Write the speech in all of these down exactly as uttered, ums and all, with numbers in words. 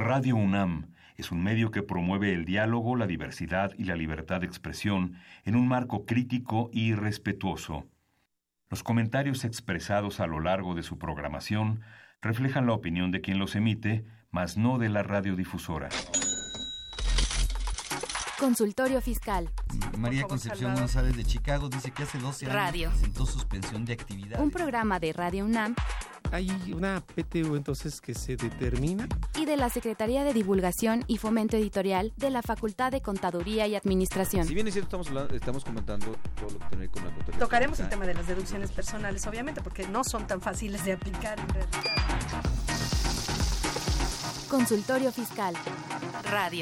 Radio UNAM es un medio que promueve el diálogo, la diversidad y la libertad de expresión en un marco crítico y respetuoso. Los comentarios expresados a lo largo de su programación reflejan la opinión de quien los emite, mas no de la radiodifusora. Consultorio Fiscal. María Concepción González de Chicago dice que hace doce años Radio. presentó suspensión de actividades. Un programa de Radio UNAM. Hay una P T U entonces que se determina. Y de la Secretaría de Divulgación y Fomento Editorial de la Facultad de Contaduría y Administración. Si bien es cierto, estamos, hablando, estamos comentando todo lo que tiene con la contabilidad. Tocaremos el tema de las deducciones personales, obviamente, porque no son tan fáciles de aplicar en realidad. Consultorio Fiscal. Radio.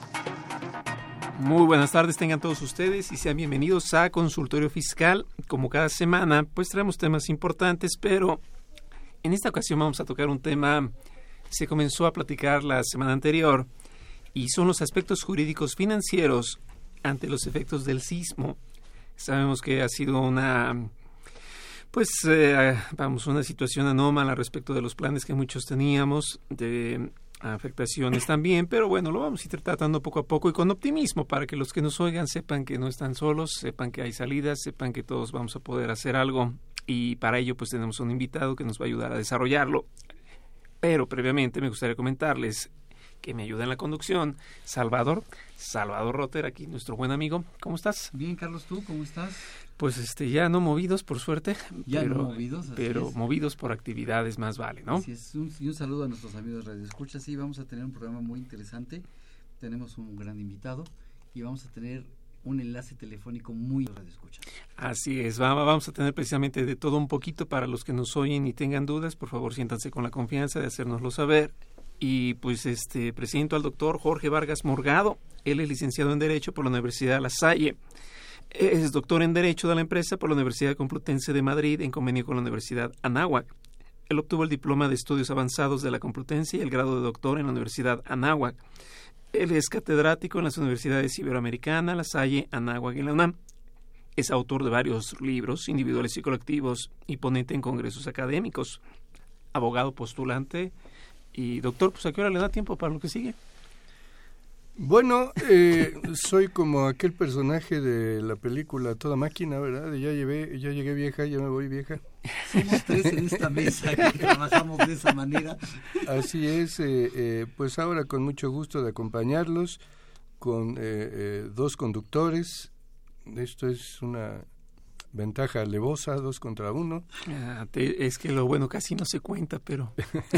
Muy buenas tardes tengan todos ustedes y sean bienvenidos a Consultorio Fiscal. Como cada semana, pues traemos temas importantes, pero en esta ocasión vamos a tocar un tema que se comenzó a platicar la semana anterior y son los aspectos jurídicos financieros ante los efectos del sismo. Sabemos que ha sido una, pues, eh, vamos, una situación anómala respecto de los planes que muchos teníamos, de afectaciones también, pero bueno, lo vamos a ir tratando poco a poco y con optimismo para que los que nos oigan sepan que no están solos, sepan que hay salidas, sepan que todos vamos a poder hacer algo. Y para ello pues tenemos un invitado que nos va a ayudar a desarrollarlo. Pero previamente me gustaría comentarles que me ayuda en la conducción Salvador, Salvador Rotter, aquí nuestro buen amigo. ¿Cómo estás? Bien, Carlos, ¿tú cómo estás? Pues este ya no movidos, por suerte. Ya pero, no movidos, así Pero es. movidos por actividades más vale, ¿no? Así es, un, y un saludo a nuestros amigos de Radio Escucha. Sí, vamos a tener un programa muy interesante. Tenemos un gran invitado y vamos a tener un enlace telefónico muy Radio Escucha. Así es, vamos a tener precisamente de todo un poquito para los que nos oyen y tengan dudas, por favor siéntanse con la confianza de hacérnoslo saber. Y pues este presento al doctor Jorge Vargas Morgado, él es licenciado en Derecho por la Universidad La Salle, es doctor en Derecho de la Empresa por la Universidad Complutense de Madrid en convenio con la Universidad Anáhuac. Él obtuvo el diploma de Estudios Avanzados de la Complutense y el grado de doctor en la Universidad Anáhuac. Él es catedrático en las universidades Iberoamericana, La Salle, Anáhuac y la UNAM. Es autor de varios libros individuales y colectivos y ponente en congresos académicos. Abogado postulante y doctor, pues ¿a qué hora le da tiempo para lo que sigue? Bueno, eh, soy como aquel personaje de la película Toda Máquina, ¿verdad? De ya, llevé, ya llegué vieja, ya me voy vieja. Somos tres en esta mesa que trabajamos de esa manera. Así es, eh, eh, pues ahora con mucho gusto de acompañarlos con eh, eh, dos conductores. Esto es una ventaja alevosa, dos contra uno. Ah, te, es que lo bueno casi no se cuenta, pero...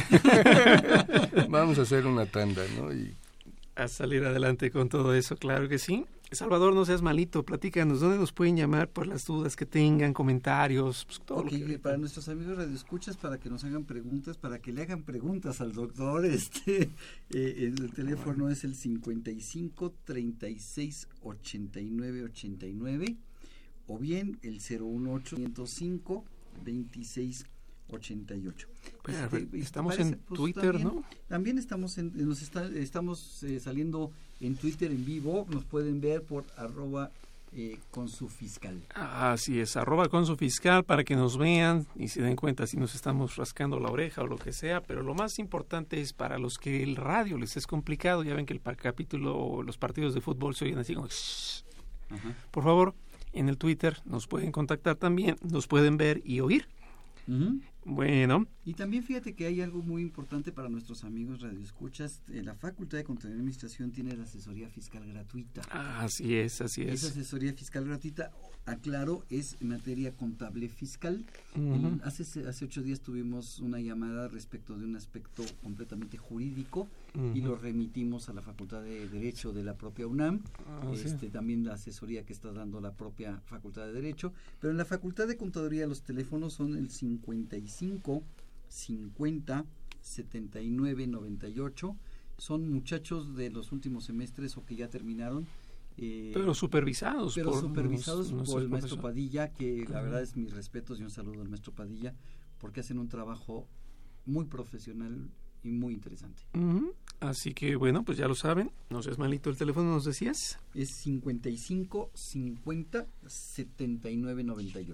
Vamos a hacer una tanda, ¿no? Y a salir adelante con todo eso, claro que sí. Salvador, no seas malito, platícanos, ¿dónde nos pueden llamar por las dudas que tengan, comentarios? Pues, todo okay, lo que... para nuestros amigos radioescuchas, para que nos hagan preguntas, para que le hagan preguntas al doctor, este eh, el teléfono es el cincuenta y cinco, treinta y seis, ochenta y nueve, ochenta y nueve, o bien el cero uno ocho, ciento cinco, veintiséis, ochenta y ocho. Este, estamos parece, en pues, Twitter, también, ¿no? También estamos en, nos está, estamos eh, saliendo en Twitter en vivo, nos pueden ver por arroba eh, consufiscal. Así es, arroba consufiscal para que nos vean y se den cuenta si nos estamos rascando la oreja o lo que sea, pero lo más importante es para los que el radio les es complicado, ya ven que el capítulo, los partidos de fútbol se oyen así como... Ajá. Por favor, en el Twitter nos pueden contactar también, nos pueden ver y oír. Uh-huh. Bueno. Y también fíjate que hay algo muy importante para nuestros amigos radioescuchas. Eh, la Facultad de Contaduría y Administración tiene la asesoría fiscal gratuita. Ah, así es, así es. Esa asesoría fiscal gratuita, aclaro, es en materia contable fiscal. Uh-huh. El, hace, hace ocho días tuvimos una llamada respecto de un aspecto completamente jurídico uh-huh. y lo remitimos a la Facultad de Derecho de la propia UNAM. Ah, este, sí. También la asesoría que está dando la propia Facultad de Derecho. Pero en la Facultad de Contaduría los teléfonos son el cincuenta y cinco, cincuenta, setenta y nueve, noventa y ocho. Son muchachos de los últimos semestres o que ya terminaron. Eh, pero supervisados pero por, supervisados los, por el maestro Padilla, que la verdad es mis respetos y un saludo al maestro Padilla, porque hacen un trabajo muy profesional y muy interesante. Uh-huh. Así que bueno, pues ya lo saben, no seas malito, el teléfono nos decías. Es cincuenta y cinco, cincuenta, setenta y nueve, noventa y ocho.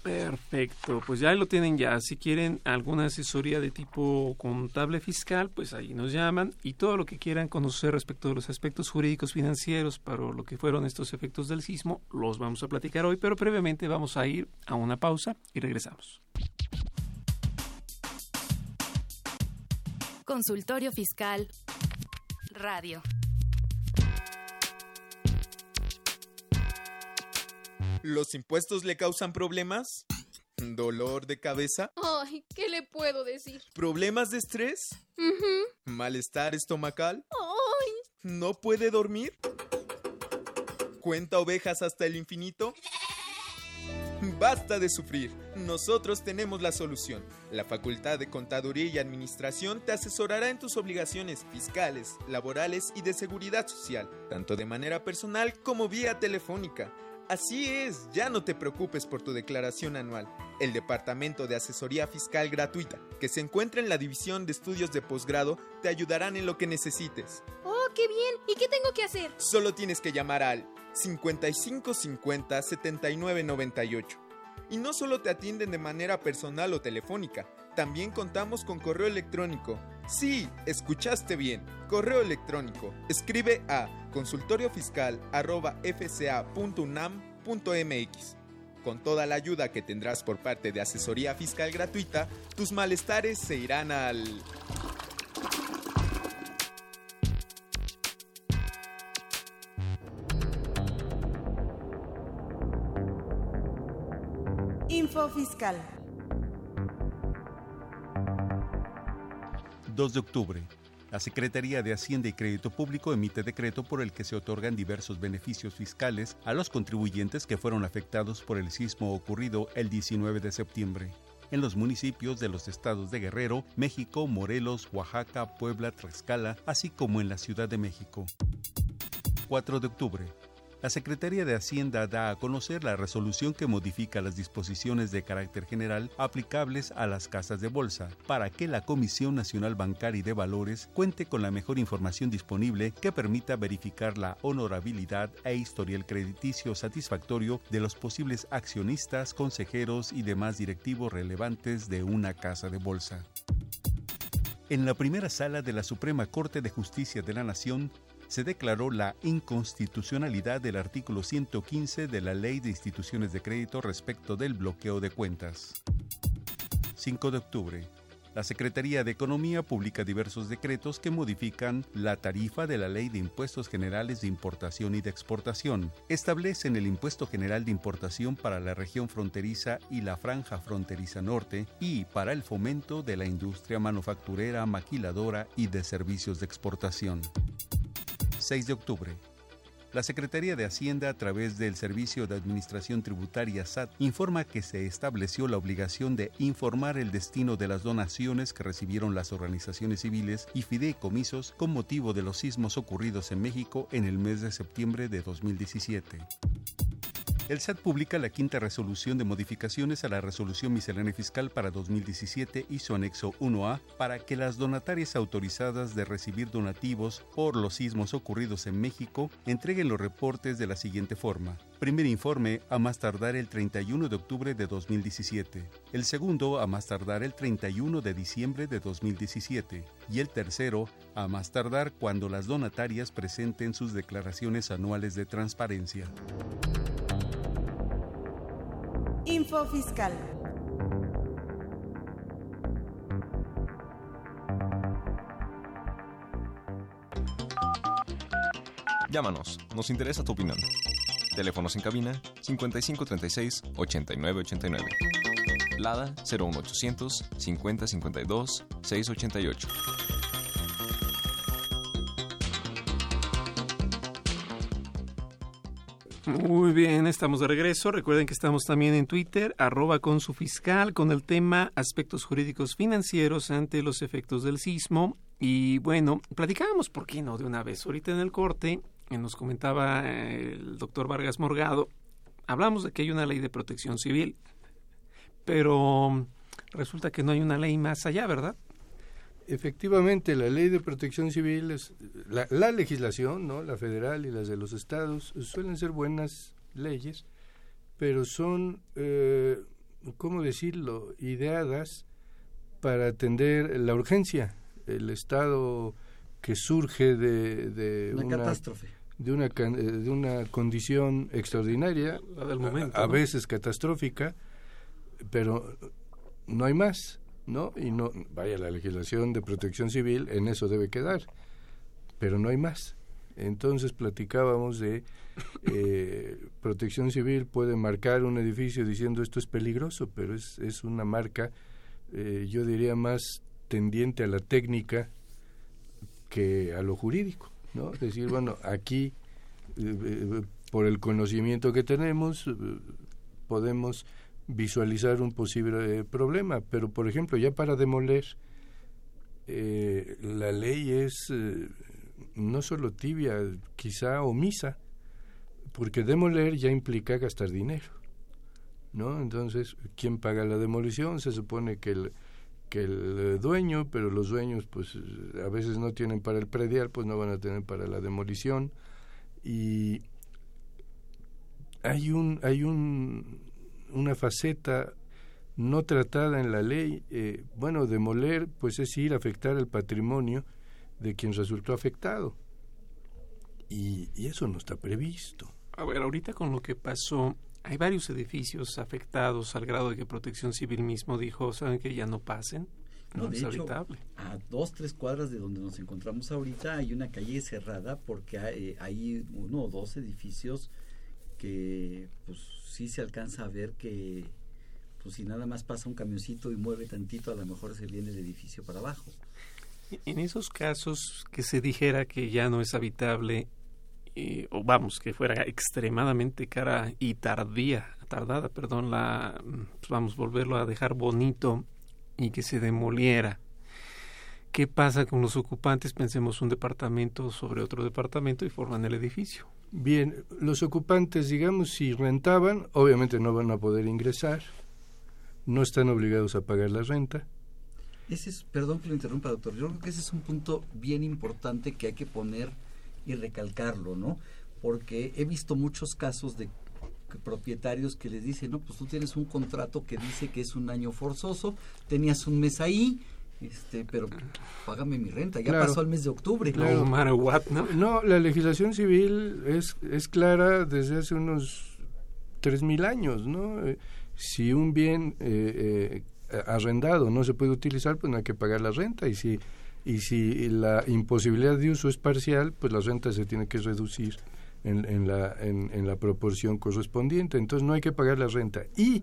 Perfecto, pues ya lo tienen ya. Si quieren alguna asesoría de tipo contable fiscal, pues ahí nos llaman, y todo lo que quieran conocer respecto de los aspectos jurídicos financieros para lo que fueron estos efectos del sismo, los vamos a platicar hoy, pero previamente vamos a ir a una pausa y regresamos. Consultorio Fiscal Radio. ¿Los impuestos le causan problemas? ¿Dolor de cabeza? Ay, ¿qué le puedo decir? ¿Problemas de estrés? Uh-huh. ¿Malestar estomacal? Ay. ¿No puede dormir? ¿Cuenta ovejas hasta el infinito? Basta de sufrir. Nosotros tenemos la solución. La Facultad de Contaduría y Administración te asesorará en tus obligaciones fiscales, laborales y de seguridad social, tanto de manera personal como vía telefónica. Así es, ya no te preocupes por tu declaración anual. El Departamento de Asesoría Fiscal Gratuita, que se encuentra en la División de Estudios de Posgrado, te ayudarán en lo que necesites. ¡Oh, qué bien! ¿Y qué tengo que hacer? Solo tienes que llamar al cincuenta y cinco cincuenta, setenta y nueve noventa y ocho. Y no solo te atienden de manera personal o telefónica, también contamos con correo electrónico. Sí, escuchaste bien, correo electrónico. Escribe a consultoriofiscal arroba f c a punto u n a m punto m x. Con toda la ayuda que tendrás por parte de asesoría fiscal gratuita, tus malestares se irán al... Info Fiscal. dos de octubre. La Secretaría de Hacienda y Crédito Público emite decreto por el que se otorgan diversos beneficios fiscales a los contribuyentes que fueron afectados por el sismo ocurrido el diecinueve de septiembre en los municipios de los estados de Guerrero, México, Morelos, Oaxaca, Puebla, Tlaxcala, así como en la Ciudad de México. cuatro de octubre. La Secretaría de Hacienda da a conocer la resolución que modifica las disposiciones de carácter general aplicables a las casas de bolsa, para que la Comisión Nacional Bancaria y de Valores cuente con la mejor información disponible que permita verificar la honorabilidad e historial crediticio satisfactorio de los posibles accionistas, consejeros y demás directivos relevantes de una casa de bolsa. En la primera sala de la Suprema Corte de Justicia de la Nación, se declaró la inconstitucionalidad del artículo ciento quince de la Ley de Instituciones de Crédito respecto del bloqueo de cuentas. cinco de octubre. La Secretaría de Economía publica diversos decretos que modifican la tarifa de la Ley de Impuestos Generales de Importación y de Exportación. Establecen el Impuesto General de Importación para la región fronteriza y la franja fronteriza norte y para el fomento de la industria manufacturera, maquiladora y de servicios de exportación. seis de octubre. La Secretaría de Hacienda, a través del Servicio de Administración Tributaria S A T, informa que se estableció la obligación de informar el destino de las donaciones que recibieron las organizaciones civiles y fideicomisos con motivo de los sismos ocurridos en México en el mes de septiembre de dos mil diecisiete. El S A T publica la quinta resolución de modificaciones a la Resolución Miscelánea Fiscal para dos mil diecisiete y su anexo uno A para que las donatarias autorizadas de recibir donativos por los sismos ocurridos en México entreguen los reportes de la siguiente forma. Primer informe a más tardar el treinta y uno de octubre de dos mil diecisiete, el segundo a más tardar el treinta y uno de diciembre de dos mil diecisiete y el tercero a más tardar cuando las donatarias presenten sus declaraciones anuales de transparencia. Info Fiscal. Llámanos, nos interesa tu opinión. Teléfonos en cabina cincuenta y cinco treinta y seis, ochenta y nueve ochenta y nueve. Lada cero uno ochocientos cincuenta cincuenta y dos seiscientos ochenta y ocho. Muy bien, estamos de regreso. Recuerden que estamos también en Twitter, arroba con su fiscal, con el tema aspectos jurídicos financieros ante los efectos del sismo. Y bueno, platicábamos, ¿por qué no? De una vez. Ahorita en el corte, eh, nos comentaba eh, el doctor Vargas Morgado, hablamos de que hay una ley de protección civil, pero resulta que no hay una ley más allá, ¿verdad? Efectivamente, la ley de protección civil, es la, la legislación, ¿no? La federal y las de los estados, suelen ser buenas leyes, pero son eh, ¿cómo decirlo?, ideadas para atender la urgencia, el estado que surge de, de una, una catástrofe, de una de una condición extraordinaria, la del momento, a, a ¿no? veces catastrófica, pero no hay más, ¿no? Y no, vaya, la legislación de protección civil en eso debe quedar, pero no hay más. Entonces platicábamos de eh, protección civil puede marcar un edificio diciendo esto es peligroso, pero es, es una marca, eh, yo diría, más tendiente a la técnica que a lo jurídico, ¿no? Es decir, bueno, aquí, eh, eh, por el conocimiento que tenemos, eh, podemos visualizar un posible eh, problema, pero, por ejemplo, ya para demoler, eh, la ley es... Eh, no solo tibia, quizá omisa, porque demoler ya implica gastar dinero, ¿no? Entonces, ¿quién paga la demolición? Se supone que el, que el dueño, pero los dueños pues a veces no tienen para el predial, pues no van a tener para la demolición, y hay un hay un una faceta no tratada en la ley. Eh, bueno, demoler pues es ir a afectar el patrimonio de quien resultó afectado, y, y eso no está previsto. A ver, ahorita con lo que pasó, hay varios edificios afectados al grado de que Protección Civil mismo dijo, ¿saben que ya no pasen? No, no es de hecho, habitable. A dos, tres cuadras de donde nos encontramos ahorita hay una calle cerrada porque hay, hay uno o dos edificios que pues sí se alcanza a ver que pues si nada más pasa un camioncito y mueve tantito, a lo mejor se viene el edificio para abajo. En esos casos que se dijera que ya no es habitable, eh, o vamos, que fuera extremadamente cara y tardía, tardada, perdón, la, pues vamos, volverlo a dejar bonito y que se demoliera. ¿Qué pasa con los ocupantes? Pensemos un departamento sobre otro departamento y forman el edificio. Bien, los ocupantes, digamos, si rentaban, obviamente no van a poder ingresar, no están obligados a pagar la renta. Ese es, perdón que lo interrumpa, doctor, yo creo que ese es un punto bien importante que hay que poner y recalcarlo, ¿no? Porque he visto muchos casos de propietarios que les dicen, no, pues tú tienes un contrato que dice que es un año forzoso, tenías un mes ahí, este, pero págame mi renta, ya claro, pasó el mes de octubre. Claro. No matter what, ¿no? No, la legislación civil es, es clara desde hace unos tres mil años, ¿no? Eh, si un bien... Eh, eh, arrendado no se puede utilizar, pues no hay que pagar la renta, y si y si la imposibilidad de uso es parcial, pues la renta se tiene que reducir en, en la en, en la proporción correspondiente. Entonces no hay que pagar la renta, y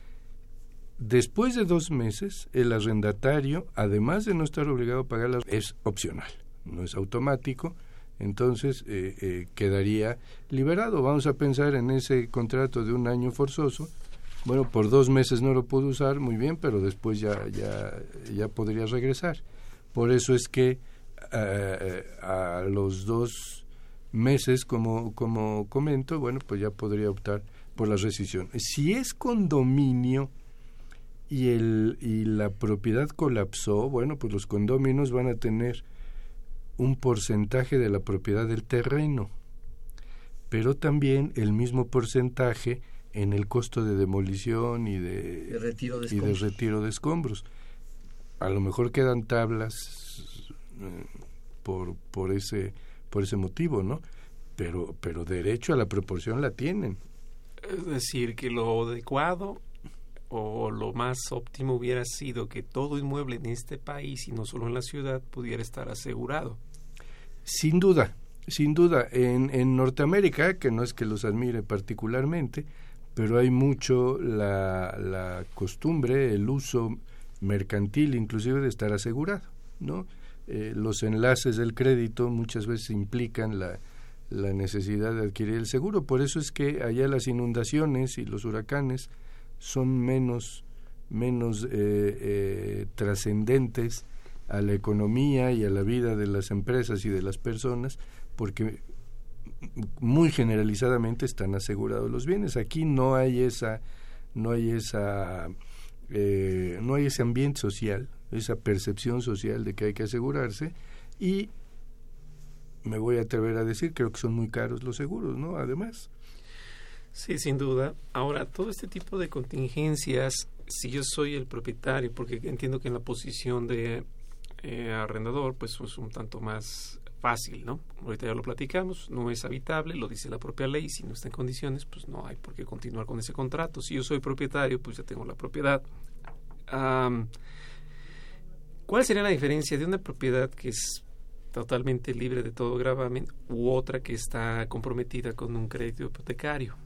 después de dos meses el arrendatario, además de no estar obligado a pagarla, es opcional, no es automático. Entonces eh, eh, quedaría liberado. Vamos a pensar en ese contrato de un año forzoso. Bueno, por dos meses no lo pudo usar, muy bien, pero después ya ya ya podría regresar. Por eso es que uh, a los dos meses, como como comento, bueno, pues ya podría optar por la rescisión. Si es condominio y el y la propiedad colapsó, bueno, pues los condóminos van a tener un porcentaje de la propiedad del terreno, pero también el mismo porcentaje en el costo de demolición y de, de retiro de y de retiro de escombros. A lo mejor quedan tablas eh, por por ese por ese motivo, ¿no? Pero pero derecho a la proporción la tienen. Es decir, que lo adecuado o lo más óptimo hubiera sido que todo inmueble en este país y no solo en la ciudad pudiera estar asegurado. Sin duda, sin duda. En, en Norteamérica, que no es que los admire particularmente, pero hay mucho la, la costumbre, el uso mercantil inclusive de estar asegurado, ¿no? Eh, los enlaces del crédito muchas veces implican la, la necesidad de adquirir el seguro. Por eso es que allá las inundaciones y los huracanes son menos, menos eh, eh, trascendentes a la economía y a la vida de las empresas y de las personas, porque muy generalizadamente están asegurados los bienes. Aquí no hay esa no hay esa eh, no hay ese ambiente social, esa percepción social de que hay que asegurarse, y me voy a atrever a decir, creo que son muy caros los seguros, ¿no? Además. Sí, sin duda. Ahora, todo este tipo de contingencias si yo soy el propietario, porque entiendo que en la posición de eh, arrendador, pues es un tanto más fácil, ¿no? Ahorita ya lo platicamos, no es habitable, lo dice la propia ley, si no está en condiciones, pues no hay por qué continuar con ese contrato. Si yo soy propietario, pues ya tengo la propiedad. Um, ¿Cuál sería la diferencia de una propiedad que es totalmente libre de todo gravamen u otra que está comprometida con un crédito hipotecario?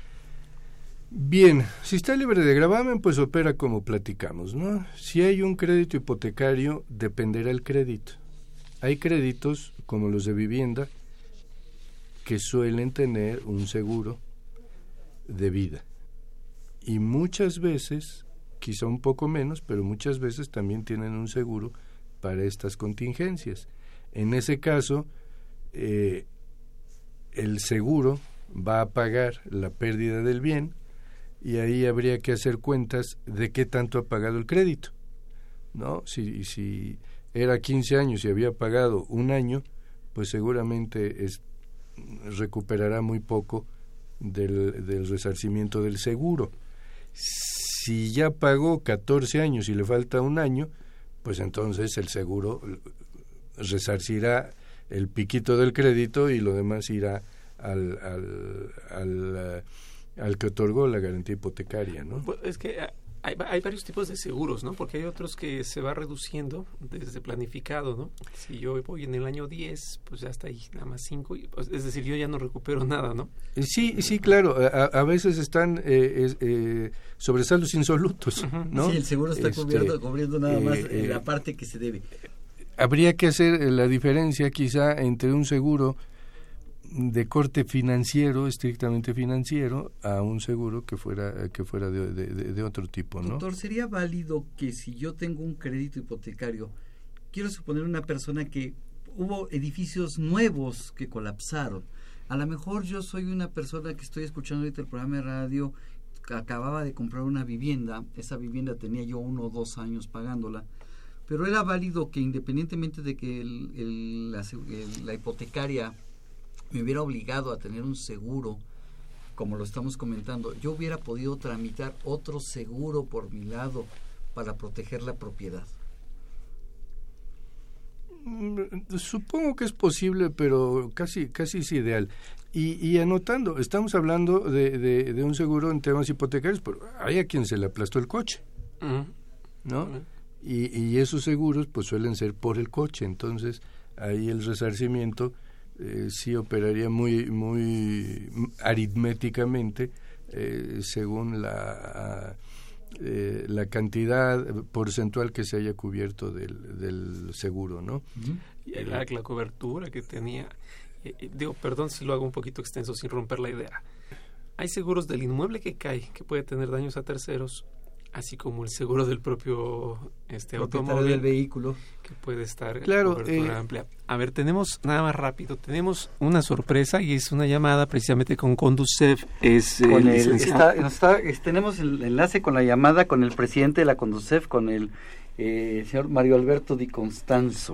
Bien, si está libre de gravamen, pues opera como platicamos, ¿no? Si hay un crédito hipotecario, dependerá el crédito. Hay créditos, como los de vivienda, que suelen tener un seguro de vida. Y muchas veces, quizá un poco menos, pero muchas veces también tienen un seguro para estas contingencias. En ese caso, eh, el seguro va a pagar la pérdida del bien, y ahí habría que hacer cuentas de qué tanto ha pagado el crédito, ¿no? Si, si era quince años y había pagado un año, pues seguramente es, recuperará muy poco del, del resarcimiento del seguro. Si ya pagó catorce años y le falta un año, pues entonces el seguro resarcirá el piquito del crédito y lo demás irá al... al, al al que otorgó la garantía hipotecaria, ¿no? Pues es que hay, hay varios tipos de seguros, ¿no? Porque hay otros que se va reduciendo desde planificado, ¿no? Si yo voy en el año diez, pues ya está ahí nada más cinco, pues, es decir, yo ya no recupero nada, ¿no? Sí, sí, claro, a, a veces están eh, eh, sobresaldos insolutos, ¿no? Sí, el seguro está este, cubriendo, cubriendo nada eh, más eh, la parte que se debe. Habría que hacer la diferencia quizá entre un seguro de corte financiero, estrictamente financiero, a un seguro que fuera que fuera de, de, de otro tipo, ¿no? Doctor, ¿sería válido que si yo tengo un crédito hipotecario, quiero suponer una persona que hubo edificios nuevos que colapsaron, a lo mejor yo soy una persona que estoy escuchando ahorita el programa de radio, acababa de comprar una vivienda, esa vivienda tenía yo uno o dos años pagándola, pero era válido que independientemente de que el, el, la, el, la hipotecaria me hubiera obligado a tener un seguro, como lo estamos comentando, yo hubiera podido tramitar otro seguro por mi lado para proteger la propiedad. Supongo que es posible, pero casi casi es ideal. Y, y anotando, estamos hablando de, de, de un seguro en temas hipotecarios, pero hay a quien se le aplastó el coche, uh-huh. ¿no? Uh-huh. Y, y esos seguros pues suelen ser por el coche, entonces ahí el resarcimiento Eh, sí operaría muy muy aritméticamente eh, según la eh, la cantidad porcentual que se haya cubierto del, del seguro, ¿no? Y la, la cobertura que tenía, eh, digo, perdón si lo hago un poquito extenso sin romper la idea. Hay seguros del inmueble que cae, que puede tener daños a terceros, así como el seguro del propio este automóvil del vehículo que puede estar claro, cobertura eh, amplia. A ver, tenemos nada más rápido, tenemos una sorpresa y es una llamada precisamente con Conducef, es con el, el está, está, es, tenemos el enlace con la llamada con el presidente de la Conducef, con el eh, señor Mario Alberto Di Constanzo.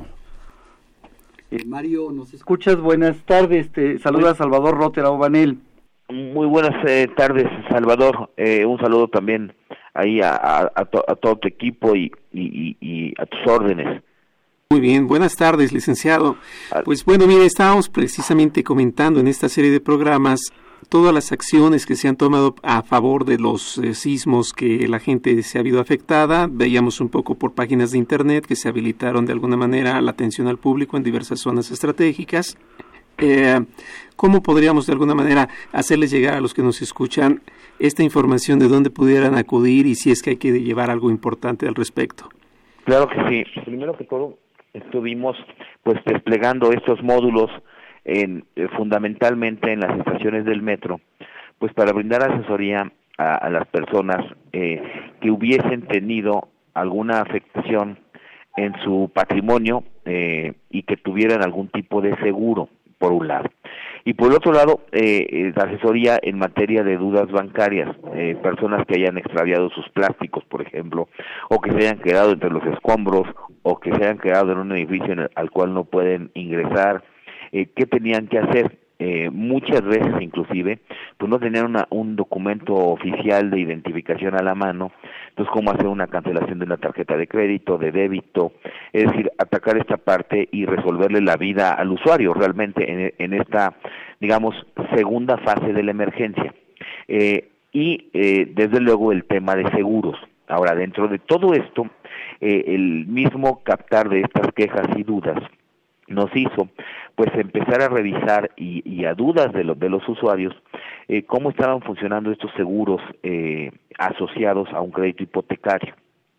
Eh, Mario, ¿nos escuchas? Buenas tardes, te saluda Salvador Rotera Obanel. Muy buenas eh, tardes, Salvador. Eh, un saludo también ahí a, a, a, to, a todo tu equipo y, y, y a tus órdenes. Muy bien, buenas tardes, licenciado. Pues bueno, mire, estábamos precisamente comentando en esta serie de programas todas las acciones que se han tomado a favor de los eh, sismos que la gente se ha visto afectada. Veíamos un poco por páginas de internet que se habilitaron de alguna manera la atención al público en diversas zonas estratégicas. Eh, ¿Cómo podríamos de alguna manera hacerles llegar a los que nos escuchan esta información de dónde pudieran acudir y si es que hay que llevar algo importante al respecto? Claro que sí. Primero que todo, estuvimos pues desplegando estos módulos en, eh, fundamentalmente en las estaciones del metro, pues para brindar asesoría a, a las personas eh, que hubiesen tenido alguna afectación en su patrimonio eh, y que tuvieran algún tipo de seguro, por un lado. Y por el otro lado, eh, la asesoría en materia de dudas bancarias, eh, personas que hayan extraviado sus plásticos, por ejemplo, o que se hayan quedado entre los escombros, o que se hayan quedado en un edificio en el, al cual no pueden ingresar, eh, ¿qué tenían que hacer? eh, muchas veces inclusive pues no tenían una, un documento oficial de identificación a la mano. Entonces, cómo hacer una cancelación de una tarjeta de crédito, de débito, es decir, atacar esta parte y resolverle la vida al usuario realmente en, en esta, digamos, segunda fase de la emergencia. Eh, y eh, desde luego el tema de seguros. Ahora, dentro de todo esto, eh, el mismo captar de estas quejas y dudas nos hizo pues empezar a revisar y, y a dudas de los de los usuarios eh, cómo estaban funcionando estos seguros eh, asociados a un crédito hipotecario.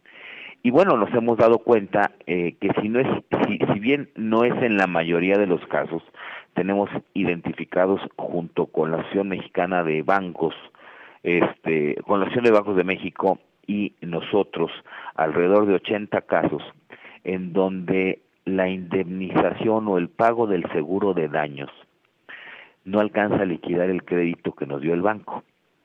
Y bueno, nos hemos dado cuenta eh, que si no es si, si bien no es en la mayoría de los casos, tenemos identificados junto con la Asociación Mexicana de Bancos, este, con la Asociación de Bancos de México y nosotros alrededor de ochenta casos en donde la indemnización o el pago del seguro de daños no alcanza a liquidar el crédito que nos dio el banco.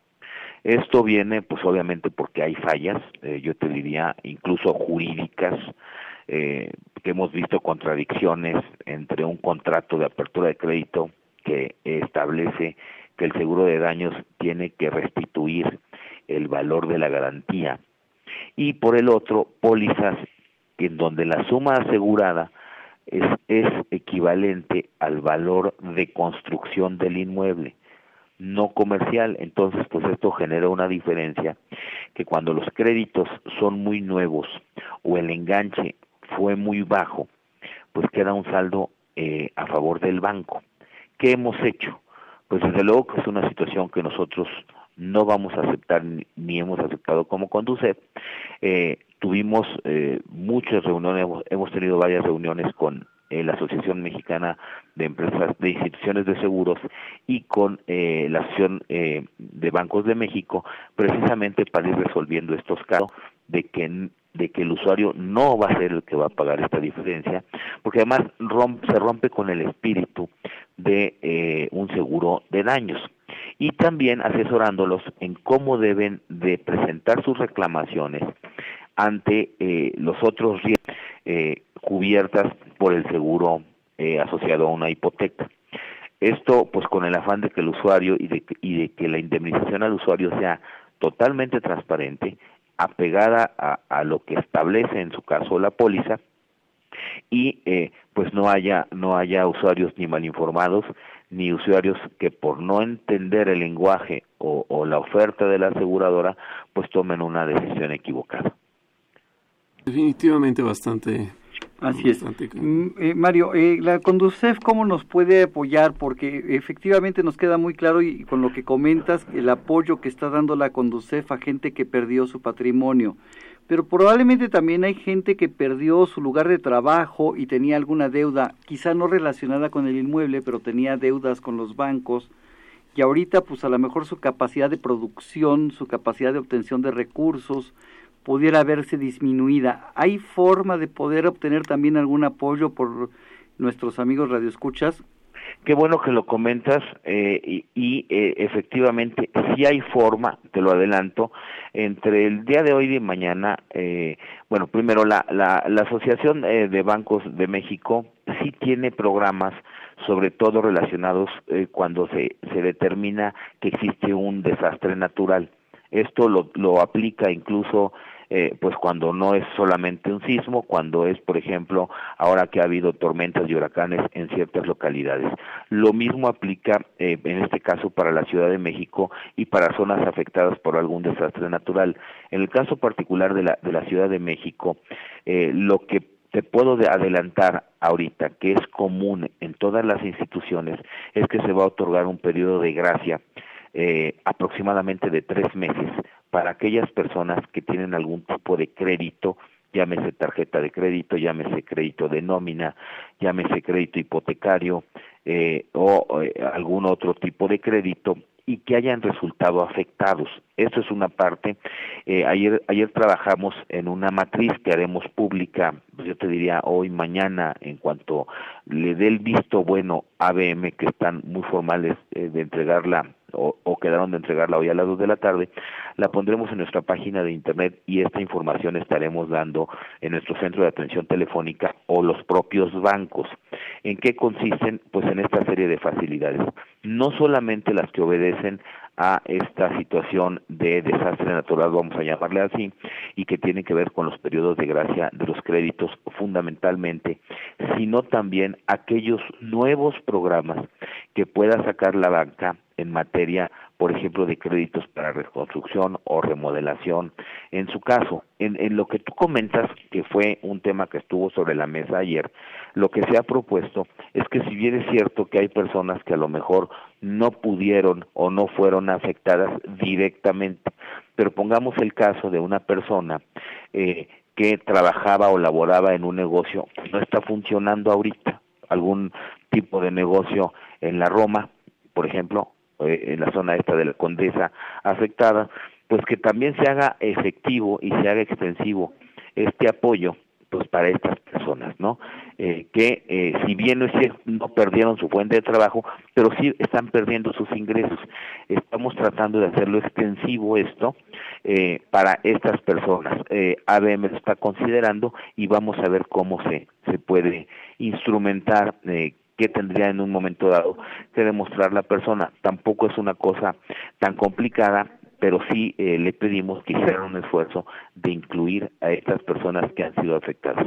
Esto viene, pues obviamente porque hay fallas, eh, yo te diría, incluso jurídicas, eh, que hemos visto contradicciones entre un contrato de apertura de crédito que establece que el seguro de daños tiene que restituir el valor de la garantía, y por el otro, pólizas en donde la suma asegurada es, es equivalente al valor de construcción del inmueble, no comercial. Entonces, pues esto genera una diferencia que cuando los créditos son muy nuevos o el enganche fue muy bajo, pues queda un saldo eh, a favor del banco. ¿Qué hemos hecho? Pues desde luego que es una situación que nosotros no vamos a aceptar ni, ni hemos aceptado como Conducef. Eh, tuvimos eh, muchas reuniones, hemos, hemos tenido varias reuniones con eh, la Asociación Mexicana de Empresas, de Instituciones de Seguros y con eh, la Asociación eh, de Bancos de México, precisamente para ir resolviendo estos casos de que de que el usuario no va a ser el que va a pagar esta diferencia, porque además rompe, se rompe con el espíritu de eh, un seguro de daños. Y también asesorándolos en cómo deben de presentar sus reclamaciones ante eh, los otros riesgos eh, cubiertas por el seguro eh, asociado a una hipoteca. Esto pues con el afán de que el usuario y de, y de que la indemnización al usuario sea totalmente transparente, apegada a, a lo que establece en su caso la póliza, y eh, pues no haya no haya usuarios ni mal informados ni usuarios que por no entender el lenguaje o, o la oferta de la aseguradora pues tomen una decisión equivocada. Definitivamente bastante. Así es. Eh, Mario, eh, la Conducef, ¿cómo nos puede apoyar? Porque efectivamente nos queda muy claro, y con lo que comentas, el apoyo que está dando la Conducef a gente que perdió su patrimonio. Pero probablemente también hay gente que perdió su lugar de trabajo y tenía alguna deuda, quizá no relacionada con el inmueble, pero tenía deudas con los bancos, y ahorita pues a lo mejor su capacidad de producción, su capacidad de obtención de recursos pudiera verse disminuida. ¿Hay forma de poder obtener también algún apoyo por nuestros amigos radioescuchas? Qué bueno que lo comentas, eh, y, y eh, efectivamente sí hay forma, te lo adelanto, entre el día de hoy y mañana. Eh, bueno, primero la, la, la Asociación eh, de Bancos de México sí tiene programas, sobre todo relacionados eh, cuando se, se determina que existe un desastre natural. Esto lo, lo aplica incluso eh, pues cuando no es solamente un sismo, cuando es, por ejemplo, ahora que ha habido tormentas y huracanes en ciertas localidades. Lo mismo aplica eh, en este caso para la Ciudad de México y para zonas afectadas por algún desastre natural. En el caso particular de la, de la Ciudad de México, eh, lo que te puedo adelantar ahorita, que es común en todas las instituciones, es que se va a otorgar un periodo de gracia Eh, aproximadamente de tres meses para aquellas personas que tienen algún tipo de crédito, llámese tarjeta de crédito, llámese crédito de nómina, llámese crédito hipotecario eh, o eh, algún otro tipo de crédito, y que hayan resultado afectados. Esto es una parte. Eh, ayer ayer trabajamos en una matriz que haremos pública, pues yo te diría hoy, mañana, en cuanto le dé el visto bueno a B M, que están muy formales eh, de entregarla, o, o quedaron de entregarla hoy a las dos de la tarde, la pondremos en nuestra página de internet, y esta información estaremos dando en nuestro centro de atención telefónica o los propios bancos. ¿En qué consisten? Pues en esta serie de facilidades vulnerabilidades, no solamente las que obedecen a esta situación de desastre natural, vamos a llamarle así, y que tiene que ver con los periodos de gracia de los créditos fundamentalmente, sino también aquellos nuevos programas que pueda sacar la banca en materia, por ejemplo, de créditos para reconstrucción o remodelación. En su caso, en, en lo que tú comentas, que fue un tema que estuvo sobre la mesa ayer, lo que se ha propuesto es que si bien es cierto que hay personas que a lo mejor no pudieron o no fueron afectadas directamente, pero pongamos el caso de una persona eh, que trabajaba o laboraba en un negocio que no está funcionando ahorita, algún tipo de negocio en la Roma, por ejemplo, en la zona esta de la Condesa afectada, pues que también se haga efectivo y se haga extensivo este apoyo pues para estas personas, ¿no? Eh, que eh, si bien no es cierto, no perdieron su fuente de trabajo, pero sí están perdiendo sus ingresos. Estamos tratando de hacerlo extensivo esto eh, para estas personas. Eh, A B M lo está considerando y vamos a ver cómo se, se puede instrumentar eh, qué tendría en un momento dado que demostrar la persona. Tampoco es una cosa tan complicada, pero sí eh, le pedimos que hicieran un esfuerzo de incluir a estas personas que han sido afectadas.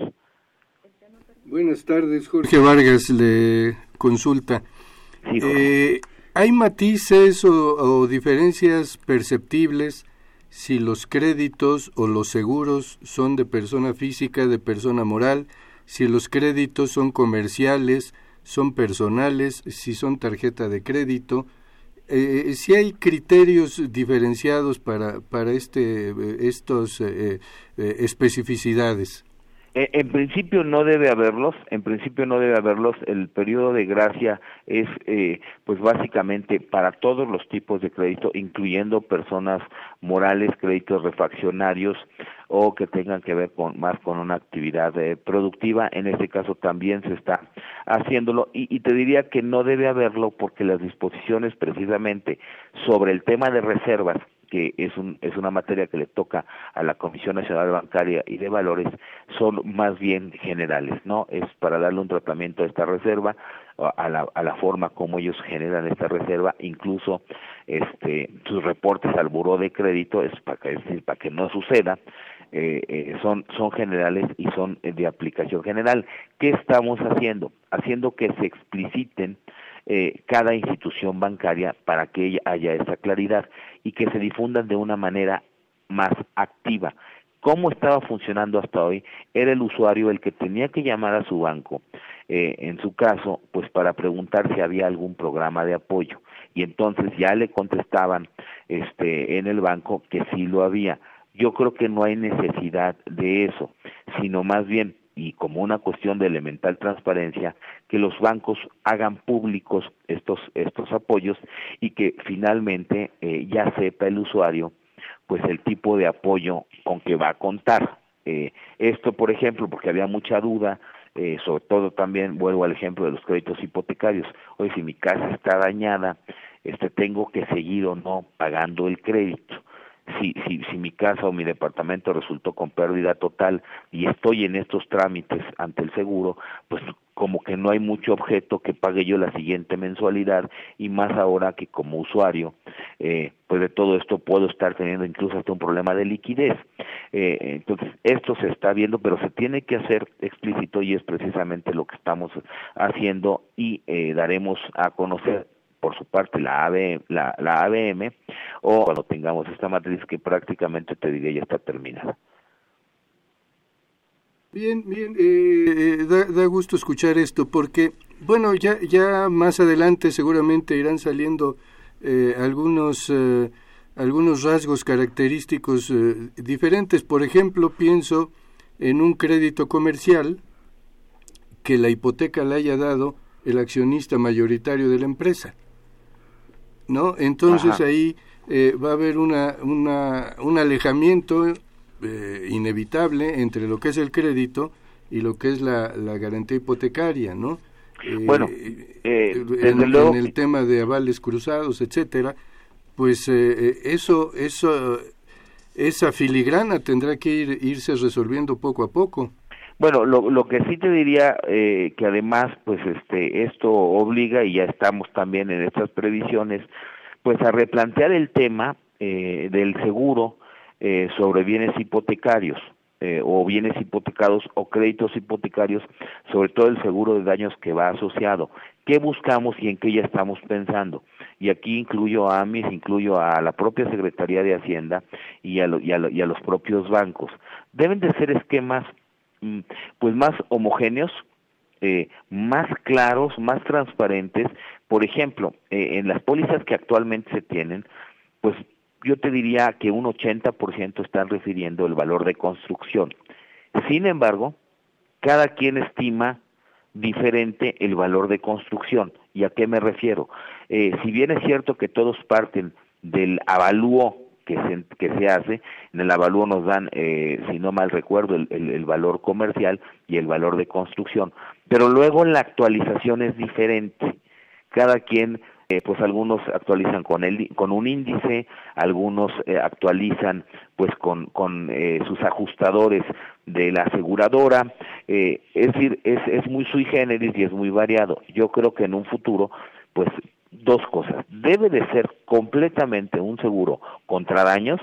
Buenas tardes, Jorge Vargas le consulta. Sí, eh, ¿Hay matices o, o diferencias perceptibles si los créditos o los seguros son de persona física, de persona moral, si los créditos son comerciales, son personales, si son tarjeta de crédito? Eh, si hay criterios diferenciados para para este estos eh, eh, especificidades. En principio no debe haberlos, en principio no debe haberlos. El periodo de gracia es, eh, pues básicamente para todos los tipos de crédito, incluyendo personas morales, créditos refaccionarios o que tengan que ver con más con una actividad eh, productiva. En este caso también se está haciéndolo y, y te diría que no debe haberlo porque las disposiciones precisamente sobre el tema de reservas, que es un es una materia que le toca a la Comisión Nacional Bancaria y de Valores, son más bien generales, ¿no? Es para darle un tratamiento a esta reserva, a la a la forma como ellos generan esta reserva, incluso este sus reportes al buró de crédito, es para que, es decir, para que no suceda. Eh, eh, son son generales y son de aplicación general. ¿Qué estamos haciendo? Haciendo que se expliciten Eh, cada institución bancaria para que haya esa claridad y que se difundan de una manera más activa. ¿Cómo estaba funcionando hasta hoy? Era el usuario el que tenía que llamar a su banco, eh, en su caso, pues para preguntar si había algún programa de apoyo, y entonces ya le contestaban este en el banco que sí lo había. Yo creo que no hay necesidad de eso, sino más bien, y como una cuestión de elemental transparencia, que los bancos hagan públicos estos estos apoyos y que finalmente eh, ya sepa el usuario pues el tipo de apoyo con que va a contar. Eh, esto, por ejemplo, porque había mucha duda, eh, sobre todo también vuelvo al ejemplo de los créditos hipotecarios. Oye, si mi casa está dañada, este tengo que seguir o no pagando el crédito. Si, si, si mi casa o mi departamento resultó con pérdida total y estoy en estos trámites ante el seguro, pues como que no hay mucho objeto que pague yo la siguiente mensualidad, y más ahora que como usuario, eh, pues de todo esto puedo estar teniendo incluso hasta un problema de liquidez. Eh, entonces, esto se está viendo, pero se tiene que hacer explícito y es precisamente lo que estamos haciendo y eh, daremos a conocer por su parte la A B, la, la A B M, o cuando tengamos esta matriz que prácticamente te diría ya está terminada. Bien, bien, eh, da, da gusto escuchar esto porque, bueno, ya ya más adelante seguramente irán saliendo eh, algunos eh, algunos rasgos característicos eh, diferentes. Por ejemplo, pienso en un crédito comercial que la hipoteca le haya dado el accionista mayoritario de la empresa, ¿no? Entonces Ajá. ahí eh, va a haber una, una un alejamiento eh, inevitable entre lo que es el crédito y lo que es la, la garantía hipotecaria, ¿no? Eh, bueno, eh, en, desde luego... en el tema de avales cruzados, etcétera, pues eh, eso eso esa filigrana tendrá que ir, irse resolviendo poco a poco. Bueno, lo, lo que sí te diría eh, que además, pues este, esto obliga, y ya estamos también en estas previsiones, pues a replantear el tema eh, del seguro eh, sobre bienes hipotecarios eh, o bienes hipotecados o créditos hipotecarios, sobre todo el seguro de daños que va asociado. ¿Qué buscamos y en qué ya estamos pensando? Y aquí incluyo a AMIS, incluyo a la propia Secretaría de Hacienda y a, lo, y a, lo, y a los propios bancos. Deben de ser esquemas pues más homogéneos, eh, más claros, más transparentes. Por ejemplo, eh, en las pólizas que actualmente se tienen, pues yo te diría que un ochenta por ciento están refiriendo el valor de construcción. Sin embargo, cada quien estima diferente el valor de construcción. ¿Y a qué me refiero? Eh, si bien es cierto que todos parten del avalúo que se, que se hace, en el avalúo nos dan, eh, si no mal recuerdo, el, el, el valor comercial y el valor de construcción, pero luego la actualización es diferente. Cada quien, eh, pues algunos actualizan con el con un índice, algunos eh, actualizan pues con, con eh, sus ajustadores de la aseguradora, eh, es decir, es, es muy sui generis y es muy variado. Yo creo que en un futuro, pues dos cosas, debe de ser completamente un seguro contra daños